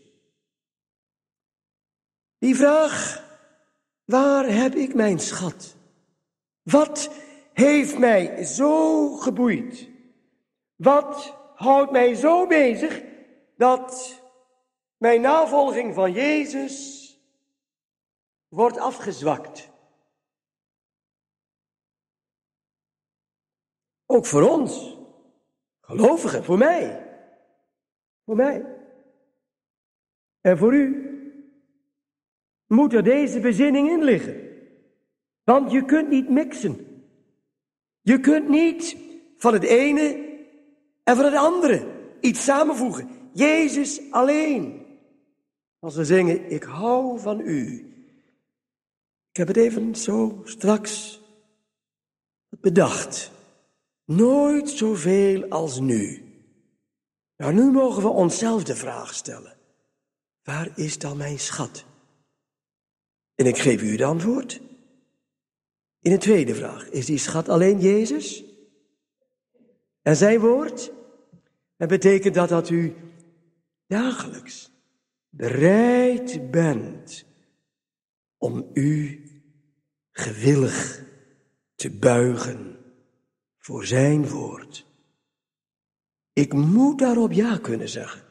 Die vraag, waar heb ik mijn schat? Wat heeft mij zo geboeid? Wat houdt mij zo bezig dat mijn navolging van Jezus wordt afgezwakt? Ook voor ons, gelovigen, voor mij. Voor mij. En voor u moet er deze bezinning in liggen. Want je kunt niet mixen. Je kunt niet van het ene en van het andere iets samenvoegen. Jezus alleen. Als we zingen, ik hou van u. Ik heb het even zo straks bedacht. Nooit zoveel als nu. Nou, nu mogen we onszelf de vraag stellen. Waar is dan mijn schat? En ik geef u het antwoord. In de tweede vraag, is die schat alleen Jezus? En zijn woord? En betekent dat dat u dagelijks bereid bent om u gewillig te buigen voor zijn woord? Ik moet daarop ja kunnen zeggen.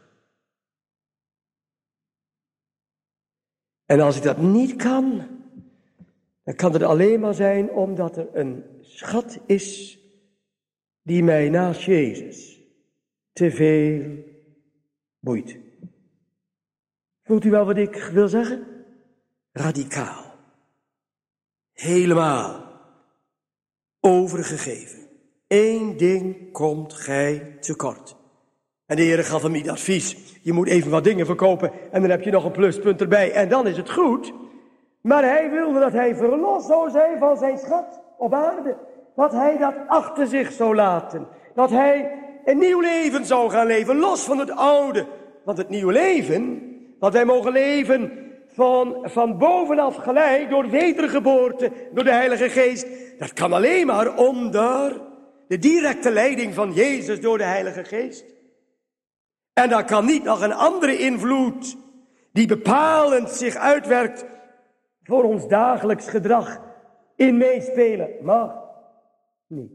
En als ik dat niet kan, dan kan het alleen maar zijn omdat er een schat is die mij naast Jezus te veel boeit. Voelt u wel wat ik wil zeggen? Radicaal. Helemaal. Overgegeven. Eén ding komt gij tekort. En de Heer gaf hem niet advies. Je moet even wat dingen verkopen en dan heb je nog een pluspunt erbij en dan is het goed. Maar hij wilde dat hij verlost zou zijn van zijn schat op aarde. Dat hij dat achter zich zou laten. Dat hij een nieuw leven zou gaan leven, los van het oude. Want het nieuwe leven, dat wij mogen leven van, van bovenaf gelijk, door wedergeboorte, door de Heilige Geest. Dat kan alleen maar onder de directe leiding van Jezus door de Heilige Geest. En daar kan niet nog een andere invloed die bepalend zich uitwerkt voor ons dagelijks gedrag in meespelen. Mag niet.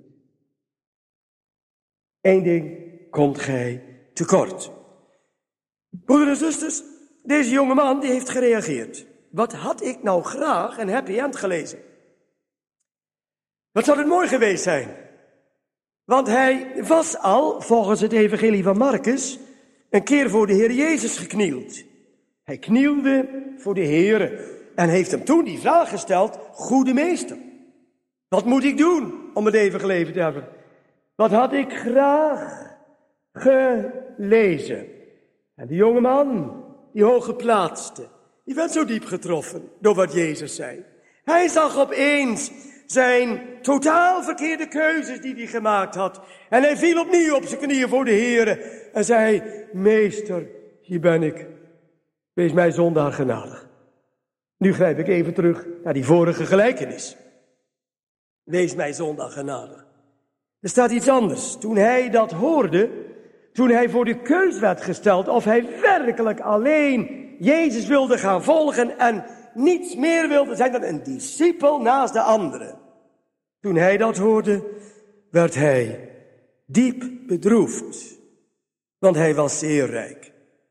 Eén ding komt gij tekort. Broeders en zusters, deze jonge man die heeft gereageerd. Wat had ik nou graag een happy end gelezen? Wat zou het mooi geweest zijn? Want hij was al, volgens het evangelie van Marcus, een keer voor de Heer Jezus geknield. Hij knielde voor de Heer en heeft hem toen die vraag gesteld: goede meester, wat moet ik doen om het eeuwige leven te hebben? Wat had ik graag gelezen? En die jonge man, die hooggeplaatste, die werd zo diep getroffen door wat Jezus zei. Hij zag opeens zijn totaal verkeerde keuzes die hij gemaakt had. En hij viel opnieuw op zijn knieën voor de Heer en zei: meester, hier ben ik. Wees mij zondaar genadig. Nu grijp ik even terug naar die vorige gelijkenis. Wees mij zondaar genadig. Er staat iets anders. Toen hij dat hoorde, toen hij voor de keus werd gesteld of hij werkelijk alleen Jezus wilde gaan volgen en niets meer wilde zijn dan een discipel naast de andere. Toen hij dat hoorde, werd hij diep bedroefd, want hij was zeer rijk.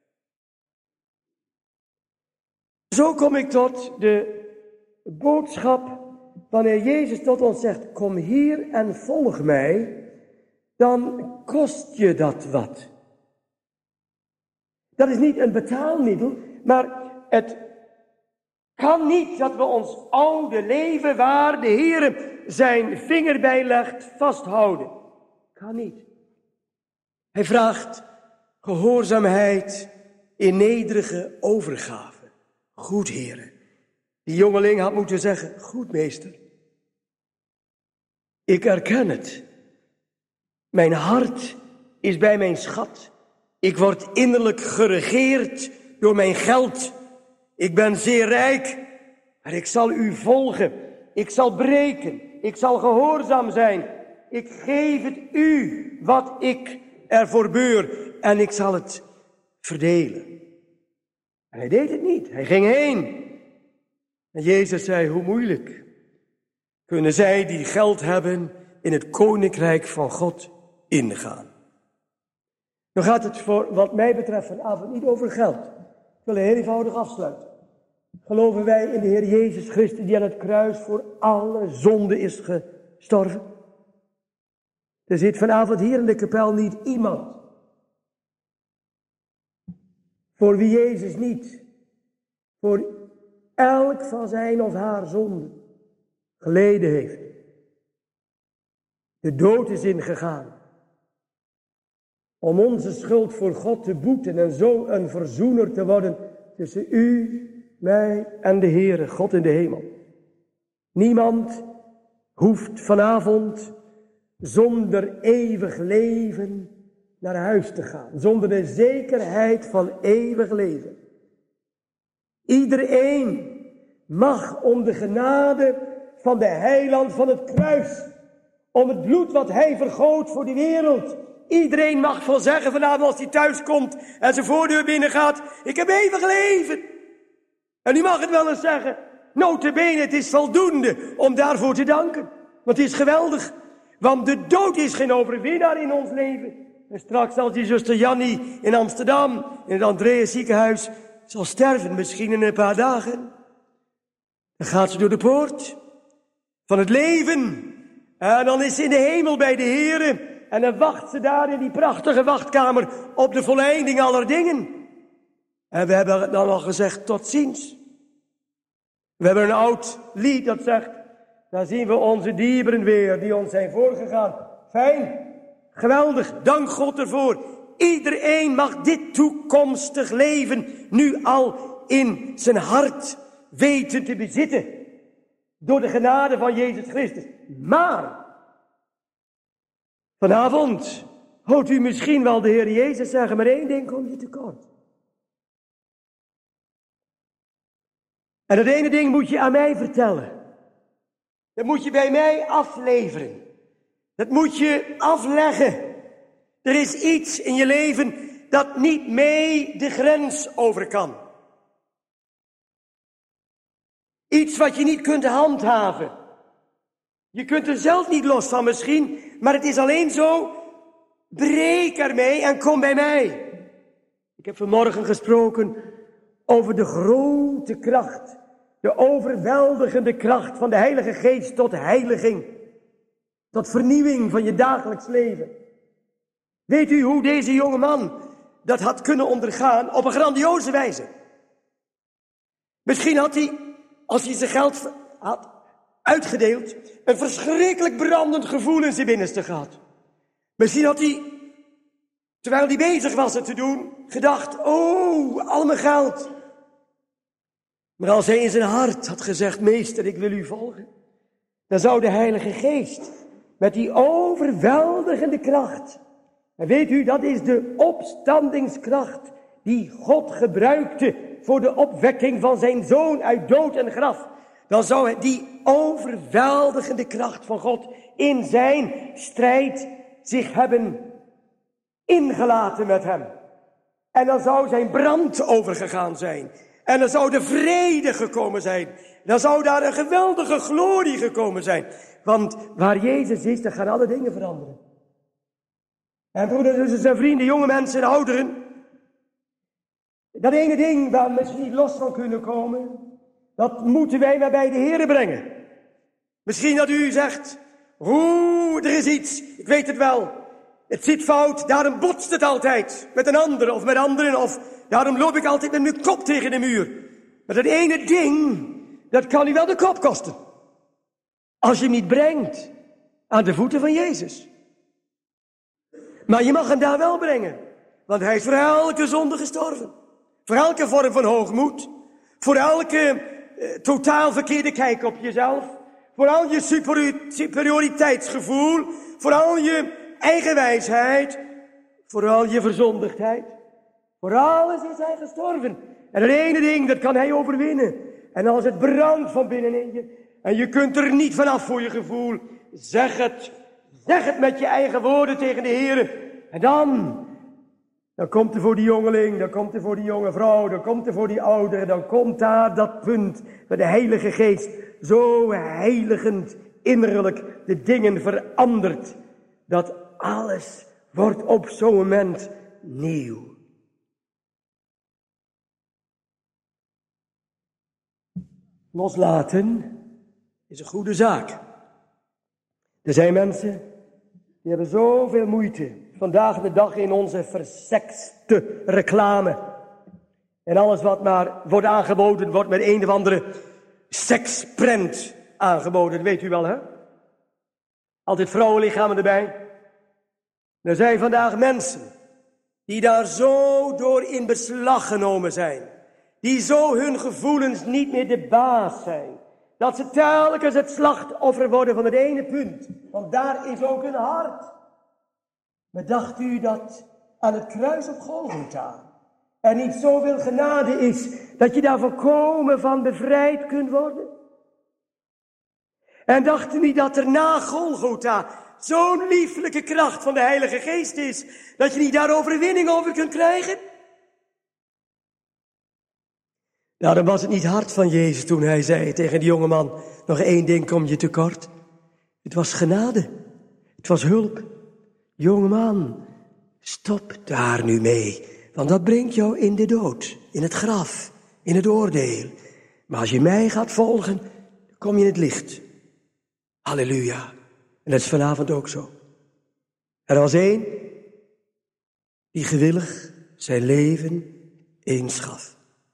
Zo kom ik tot de boodschap, wanneer Jezus tot ons zegt: kom hier en volg mij, dan kost je dat wat. Dat is niet een betaalmiddel, maar het kan niet dat we ons oude leven, waar de Heer zijn vinger bij legt, vasthouden. Kan niet. Hij vraagt gehoorzaamheid in nederige overgave. Goed, Heere. Die jongeling had moeten zeggen: goed, meester. Ik erken het. Mijn hart is bij mijn schat. Ik word innerlijk geregeerd door mijn geld. Ik ben zeer rijk, maar ik zal u volgen. Ik zal breken. Ik zal gehoorzaam zijn. Ik geef het u wat ik ervoor beur en ik zal het verdelen. En hij deed het niet. Hij ging heen. En Jezus zei: hoe moeilijk kunnen zij die geld hebben in het koninkrijk van God ingaan. Nu gaat het voor wat mij betreft vanavond niet over geld. Ik wil heel eenvoudig afsluiten. Geloven wij in de Heer Jezus Christus die aan het kruis voor alle zonde is gestorven? Er zit vanavond hier in de kapel niet iemand voor wie Jezus niet voor elk van zijn of haar zonde geleden heeft. De dood is ingegaan om onze schuld voor God te boeten en zo een verzoener te worden tussen u, mij en de Heere, God in de hemel. Niemand hoeft vanavond zonder eeuwig leven naar huis te gaan, zonder de zekerheid van eeuwig leven. Iedereen mag om de genade van de heiland van het kruis, om het bloed wat hij vergoot voor de wereld. Iedereen mag wel zeggen vanavond als hij thuis komt en zijn voordeur binnengaat: ik heb eeuwig leven. En u mag het wel eens zeggen. Nota bene, het is voldoende om daarvoor te danken. Want het is geweldig. Want de dood is geen overwinnaar in ons leven. En straks als die zuster Jannie in Amsterdam, in het Andreas ziekenhuis, zal sterven, misschien in een paar dagen. Dan gaat ze door de poort van het leven. En dan is ze in de hemel bij de Heere. En dan wacht ze daar in die prachtige wachtkamer op de volleinding aller dingen. En we hebben het dan al gezegd: tot ziens. We hebben een oud lied dat zegt: dan zien we onze dierbaren weer die ons zijn voorgegaan. Fijn, geweldig, dank God ervoor. Iedereen mag dit toekomstig leven nu al in zijn hart weten te bezitten. Door de genade van Jezus Christus. Maar vanavond hoort u misschien wel de Heer Jezus zeggen: maar één ding kom je tekort. En dat ene ding moet je aan mij vertellen. Dat moet je bij mij afleveren. Dat moet je afleggen. Er is iets in je leven dat niet mee de grens over kan. Iets wat je niet kunt handhaven. Je kunt er zelf niet los van misschien, maar het is alleen zo, breek ermee en kom bij mij. Ik heb vanmorgen gesproken over de grote kracht, de overweldigende kracht van de Heilige Geest tot heiliging, tot vernieuwing van je dagelijks leven. Weet u hoe deze jonge man dat had kunnen ondergaan op een grandioze wijze? Misschien had hij, als hij zijn geld had uitgedeeld, een verschrikkelijk brandend gevoel in zijn binnenste gehad. Misschien had hij, terwijl hij bezig was het te doen, gedacht, oh, al mijn geld. Maar als hij in zijn hart had gezegd, meester, ik wil u volgen, dan zou de Heilige Geest met die overweldigende kracht, en weet u, dat is de opstandingskracht die God gebruikte voor de opwekking van zijn zoon uit dood en graf. Dan zou die overweldigende kracht van God in zijn strijd zich hebben ingelaten met hem. En dan zou zijn brand overgegaan zijn. En dan zou de vrede gekomen zijn. Dan zou daar een geweldige glorie gekomen zijn. Want waar Jezus is, dan gaan alle dingen veranderen. En broeders, zusters en vrienden, jonge mensen en ouderen. Dat ene ding waar we misschien niet los van kunnen komen, dat moeten wij maar bij de Heere brengen. Misschien dat u zegt, oeh, er is iets, ik weet het wel. Het zit fout, daarom botst het altijd. Met een ander of met anderen, of daarom loop ik altijd met mijn kop tegen de muur. Maar dat ene ding, dat kan u wel de kop kosten. Als je hem niet brengt aan de voeten van Jezus. Maar je mag hem daar wel brengen. Want hij is voor elke zonde gestorven. Voor elke vorm van hoogmoed. Voor elke eh, totaal verkeerde kijk op jezelf. Voor al je superi- superioriteitsgevoel. Voor al je eigenwijsheid. Voor al je verzondigdheid. Voor alles is hij gestorven. En het ene ding, dat kan hij overwinnen. En als het brandt van binnenin je. En je kunt er niet vanaf voor je gevoel. Zeg het. Zeg het met je eigen woorden tegen de Heer. En dan, dan komt er voor die jongeling, dan komt er voor die jonge vrouw, dan komt er voor die ouderen, dan komt daar dat punt waar de Heilige Geest zo heiligend innerlijk de dingen verandert. Dat alles wordt op zo'n moment nieuw. Loslaten is een goede zaak. Er zijn mensen die hebben zoveel moeite vandaag de dag in onze versekste reclame. En alles wat maar wordt aangeboden, wordt met een of andere seksprent aangeboden. Dat weet u wel, hè? Altijd vrouwenlichamen erbij. Er zijn vandaag mensen die daar zo door in beslag genomen zijn. Die zo hun gevoelens niet meer de baas zijn. Dat ze telkens het slachtoffer worden van het ene punt. Want daar is ook een hart. Maar dacht u dat aan het kruis op Golgotha er niet zoveel genade is, dat je daar volkomen van bevrijd kunt worden? En dacht u niet dat er na Golgotha zo'n lieflijke kracht van de Heilige Geest is, dat je niet daar overwinning over kunt krijgen? Daarom was het niet hard van Jezus toen hij zei tegen die jongeman, nog één ding kom je tekort. Het was genade. Het was hulp. Jongeman, stop daar nu mee. Want dat brengt jou in de dood, in het graf, in het oordeel. Maar als je mij gaat volgen, dan kom je in het licht. Halleluja. En dat is vanavond ook zo. Er was één die gewillig zijn leven inschaf.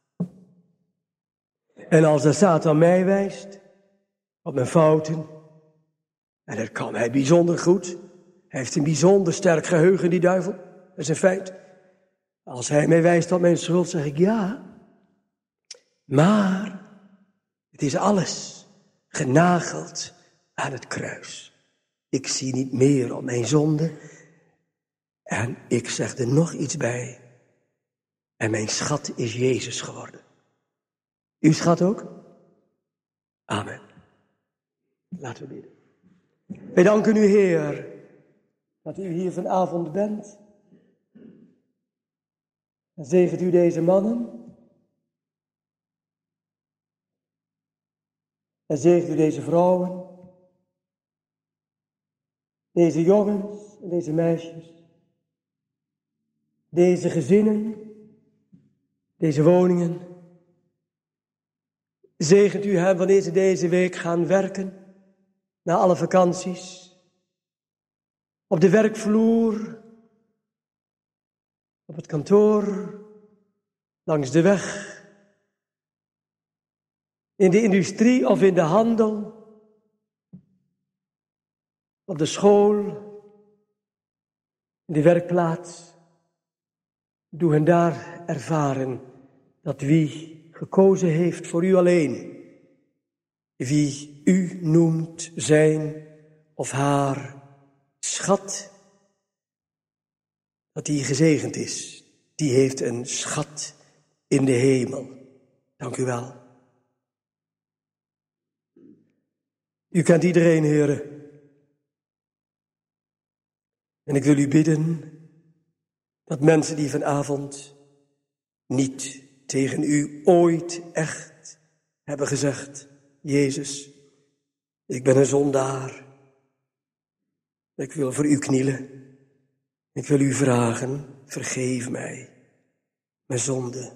En als de Satan mij wijst op mijn fouten, en dat kan hij bijzonder goed. Hij heeft een bijzonder sterk geheugen, die duivel. Dat is een feit. Als hij mij wijst op mijn schuld, zeg ik ja. Maar het is alles genageld aan het kruis. Ik zie niet meer op mijn zonde. En ik zeg er nog iets bij. En mijn schat is Jezus geworden. Uw schat ook? Amen. Laten we bidden. Wij danken u, Heer, dat u hier vanavond bent. En zegent u deze mannen. En zegent u deze vrouwen, deze jongens en deze meisjes, deze gezinnen, deze woningen. Zegent u hen wanneer ze deze week gaan werken, na alle vakanties, op de werkvloer, op het kantoor, langs de weg, in de industrie of in de handel, op de school, in de werkplaats. Doe hen daar ervaren dat wie gekozen heeft voor u alleen, wie u noemt zijn of haar schat, dat die gezegend is. Die heeft een schat in de hemel. Dank u wel. U kent iedereen, Heere. En ik wil u bidden dat mensen die vanavond niet tegen u ooit echt hebben gezegd: Jezus, ik ben een zondaar. Ik wil voor u knielen. Ik wil u vragen, vergeef mij mijn zonde.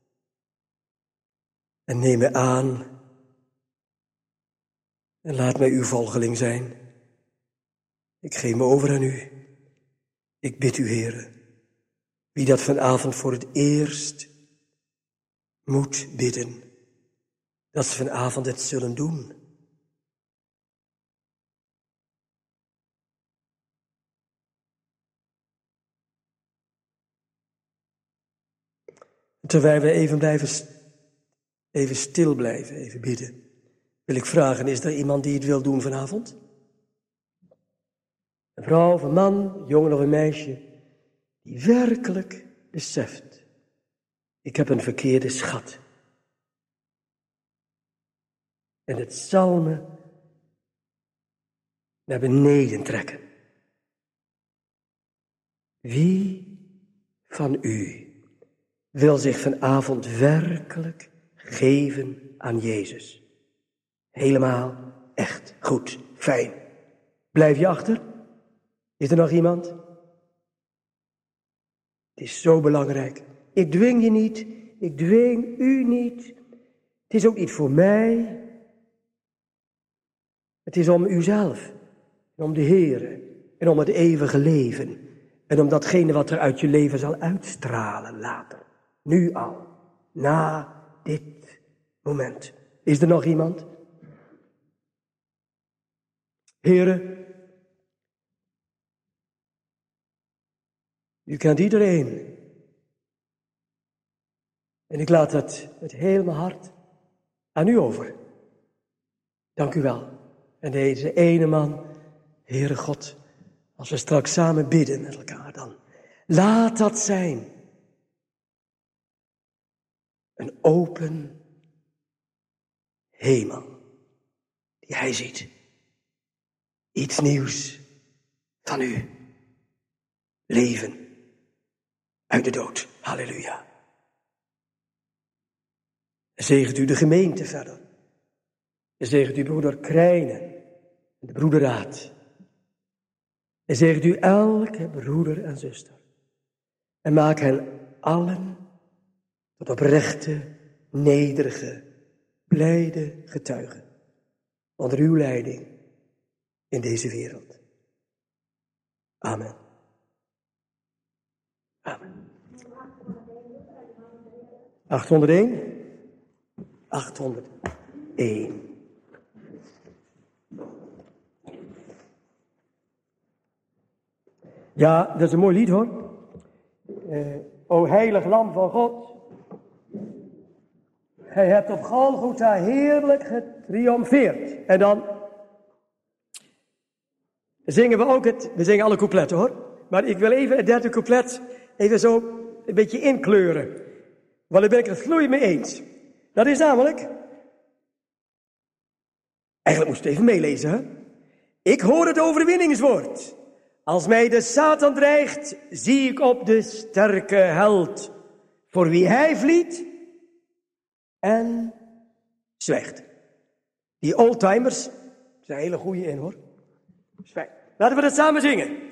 En neem me aan en laat mij uw volgeling zijn. Ik geef me over aan u. Ik bid u, Heere, wie dat vanavond voor het eerst moet bidden, dat ze vanavond het zullen doen. Terwijl we even blijven, even stil blijven, even bidden, wil ik vragen, is er iemand die het wil doen vanavond? Een vrouw of een man, een jongen of een meisje, die werkelijk beseft: ik heb een verkeerde schat. En het zal me naar beneden trekken. Wie van u wil zich vanavond werkelijk geven aan Jezus? Helemaal, echt, goed, fijn. Blijf je achter? Is er nog iemand? Het is zo belangrijk. Ik dwing je niet, ik dwing u niet. Het is ook niet voor mij. Het is om uzelf, en om de Heere, en om het eeuwige leven. En om datgene wat er uit je leven zal uitstralen later. Nu al, na dit moment. Is er nog iemand? Heere, u kent iedereen. En ik laat het met heel mijn hart aan u over. Dank u wel. En deze ene man, Heere God, als we straks samen bidden met elkaar dan, laat dat zijn een open hemel die hij ziet. Iets nieuws van u. Leven uit de dood. Halleluja. En zegent u de gemeente verder. En zegent u broeder Krijnen en de broederraad. En zegent u elke broeder en zuster. En maak hen allen tot oprechte, nederige, blijde getuigen. Onder uw leiding in deze wereld. Amen. Amen. achthonderdéén. achthonderdéén. Ja, dat is een mooi lied hoor. Uh, o heilig lam van God. Gij hebt op Golgotha heerlijk getriomfeerd. En dan zingen we ook het, we zingen alle coupletten hoor. Maar ik wil even het derde couplet even zo een beetje inkleuren. Want daar ben ik het vloeiend mee eens. Dat is namelijk, eigenlijk moest je het even meelezen hè. Ik hoor het overwinningswoord. Als mij de Satan dreigt, zie ik op de sterke held, voor wie hij vliet en zwijgt. Die oldtimers zijn hele goeie in, hoor. Fijn. Laten we dat samen zingen.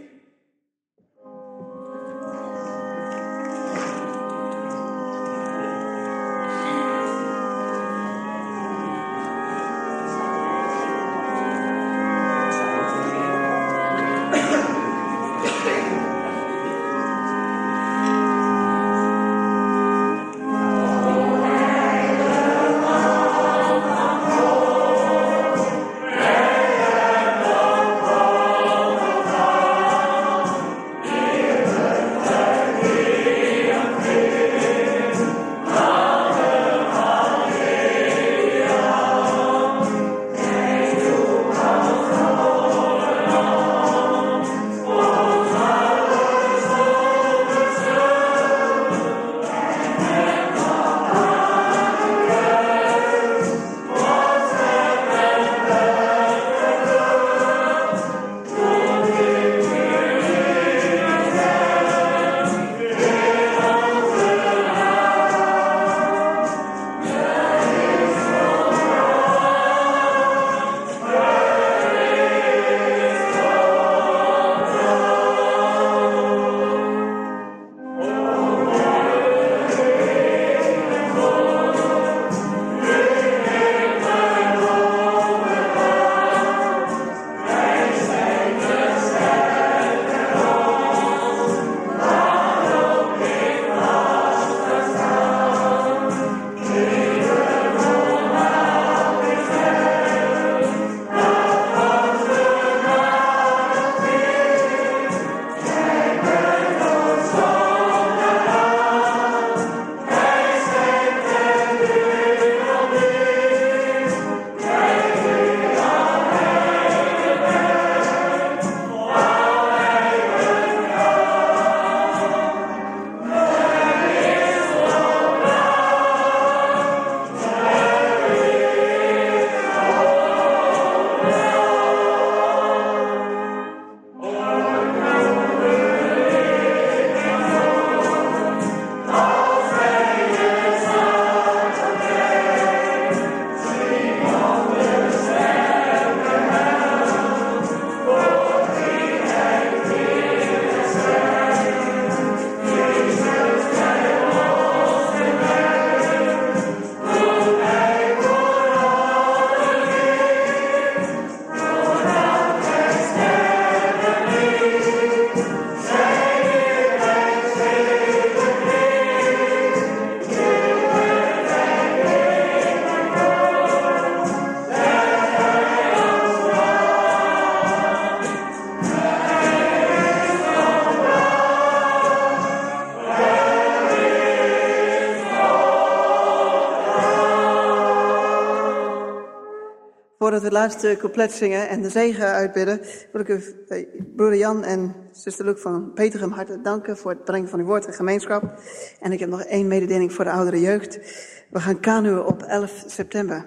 Voordat we het laatste couplet zingen en de zegen uitbidden, wil ik u, eh, broeder Jan en zuster Luc van Petergem hartelijk danken voor het brengen van uw woord en gemeenschap. En ik heb nog één mededeling voor de oudere jeugd. We gaan kanuën op elf september.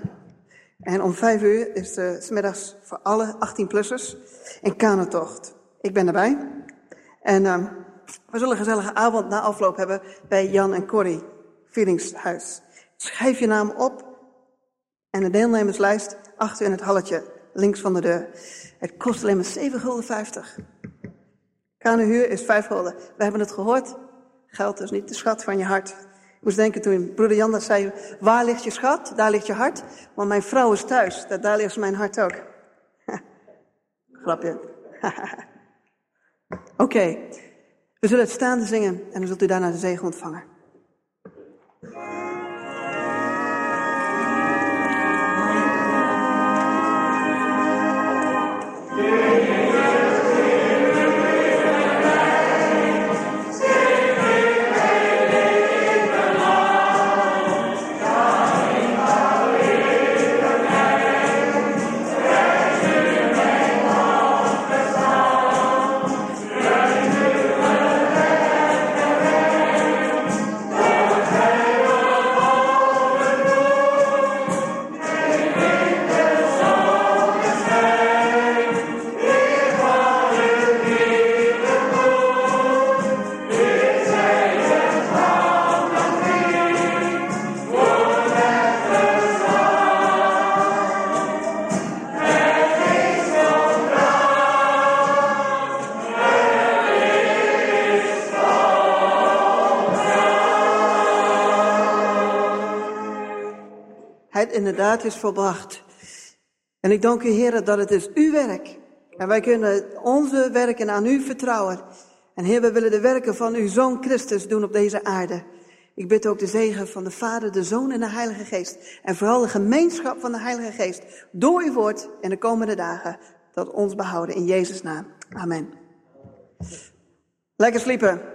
En om vijf uur is de 's middags voor alle achttien-plussers een kanutocht. Ik ben erbij. En uh, we zullen een gezellige avond na afloop hebben bij Jan en Corrie Feelingshuis. Schrijf je naam op en de deelnemerslijst achter in het halletje, links van de deur. Het kost alleen maar zeven gulden vijftig. Kanuhuur is vijf gulden. We hebben het gehoord. Geld is niet de schat van je hart. Ik moest denken toen broeder Jan dat zei, waar ligt je schat? Daar ligt je hart. Want mijn vrouw is thuis. Daar, daar ligt mijn hart ook. Grapje. Oké. Okay. We zullen het staande zingen en dan zult u daarna de zegen ontvangen. Oh, inderdaad is volbracht. En ik dank u, Heer, dat het is uw werk. En wij kunnen onze werken aan u vertrouwen. En Heer, we willen de werken van uw Zoon Christus doen op deze aarde. Ik bid ook de zegen van de Vader, de Zoon en de Heilige Geest. En vooral de gemeenschap van de Heilige Geest. Door uw woord in de komende dagen. Dat ons behouden in Jezus' naam. Amen. Lekker sliepen.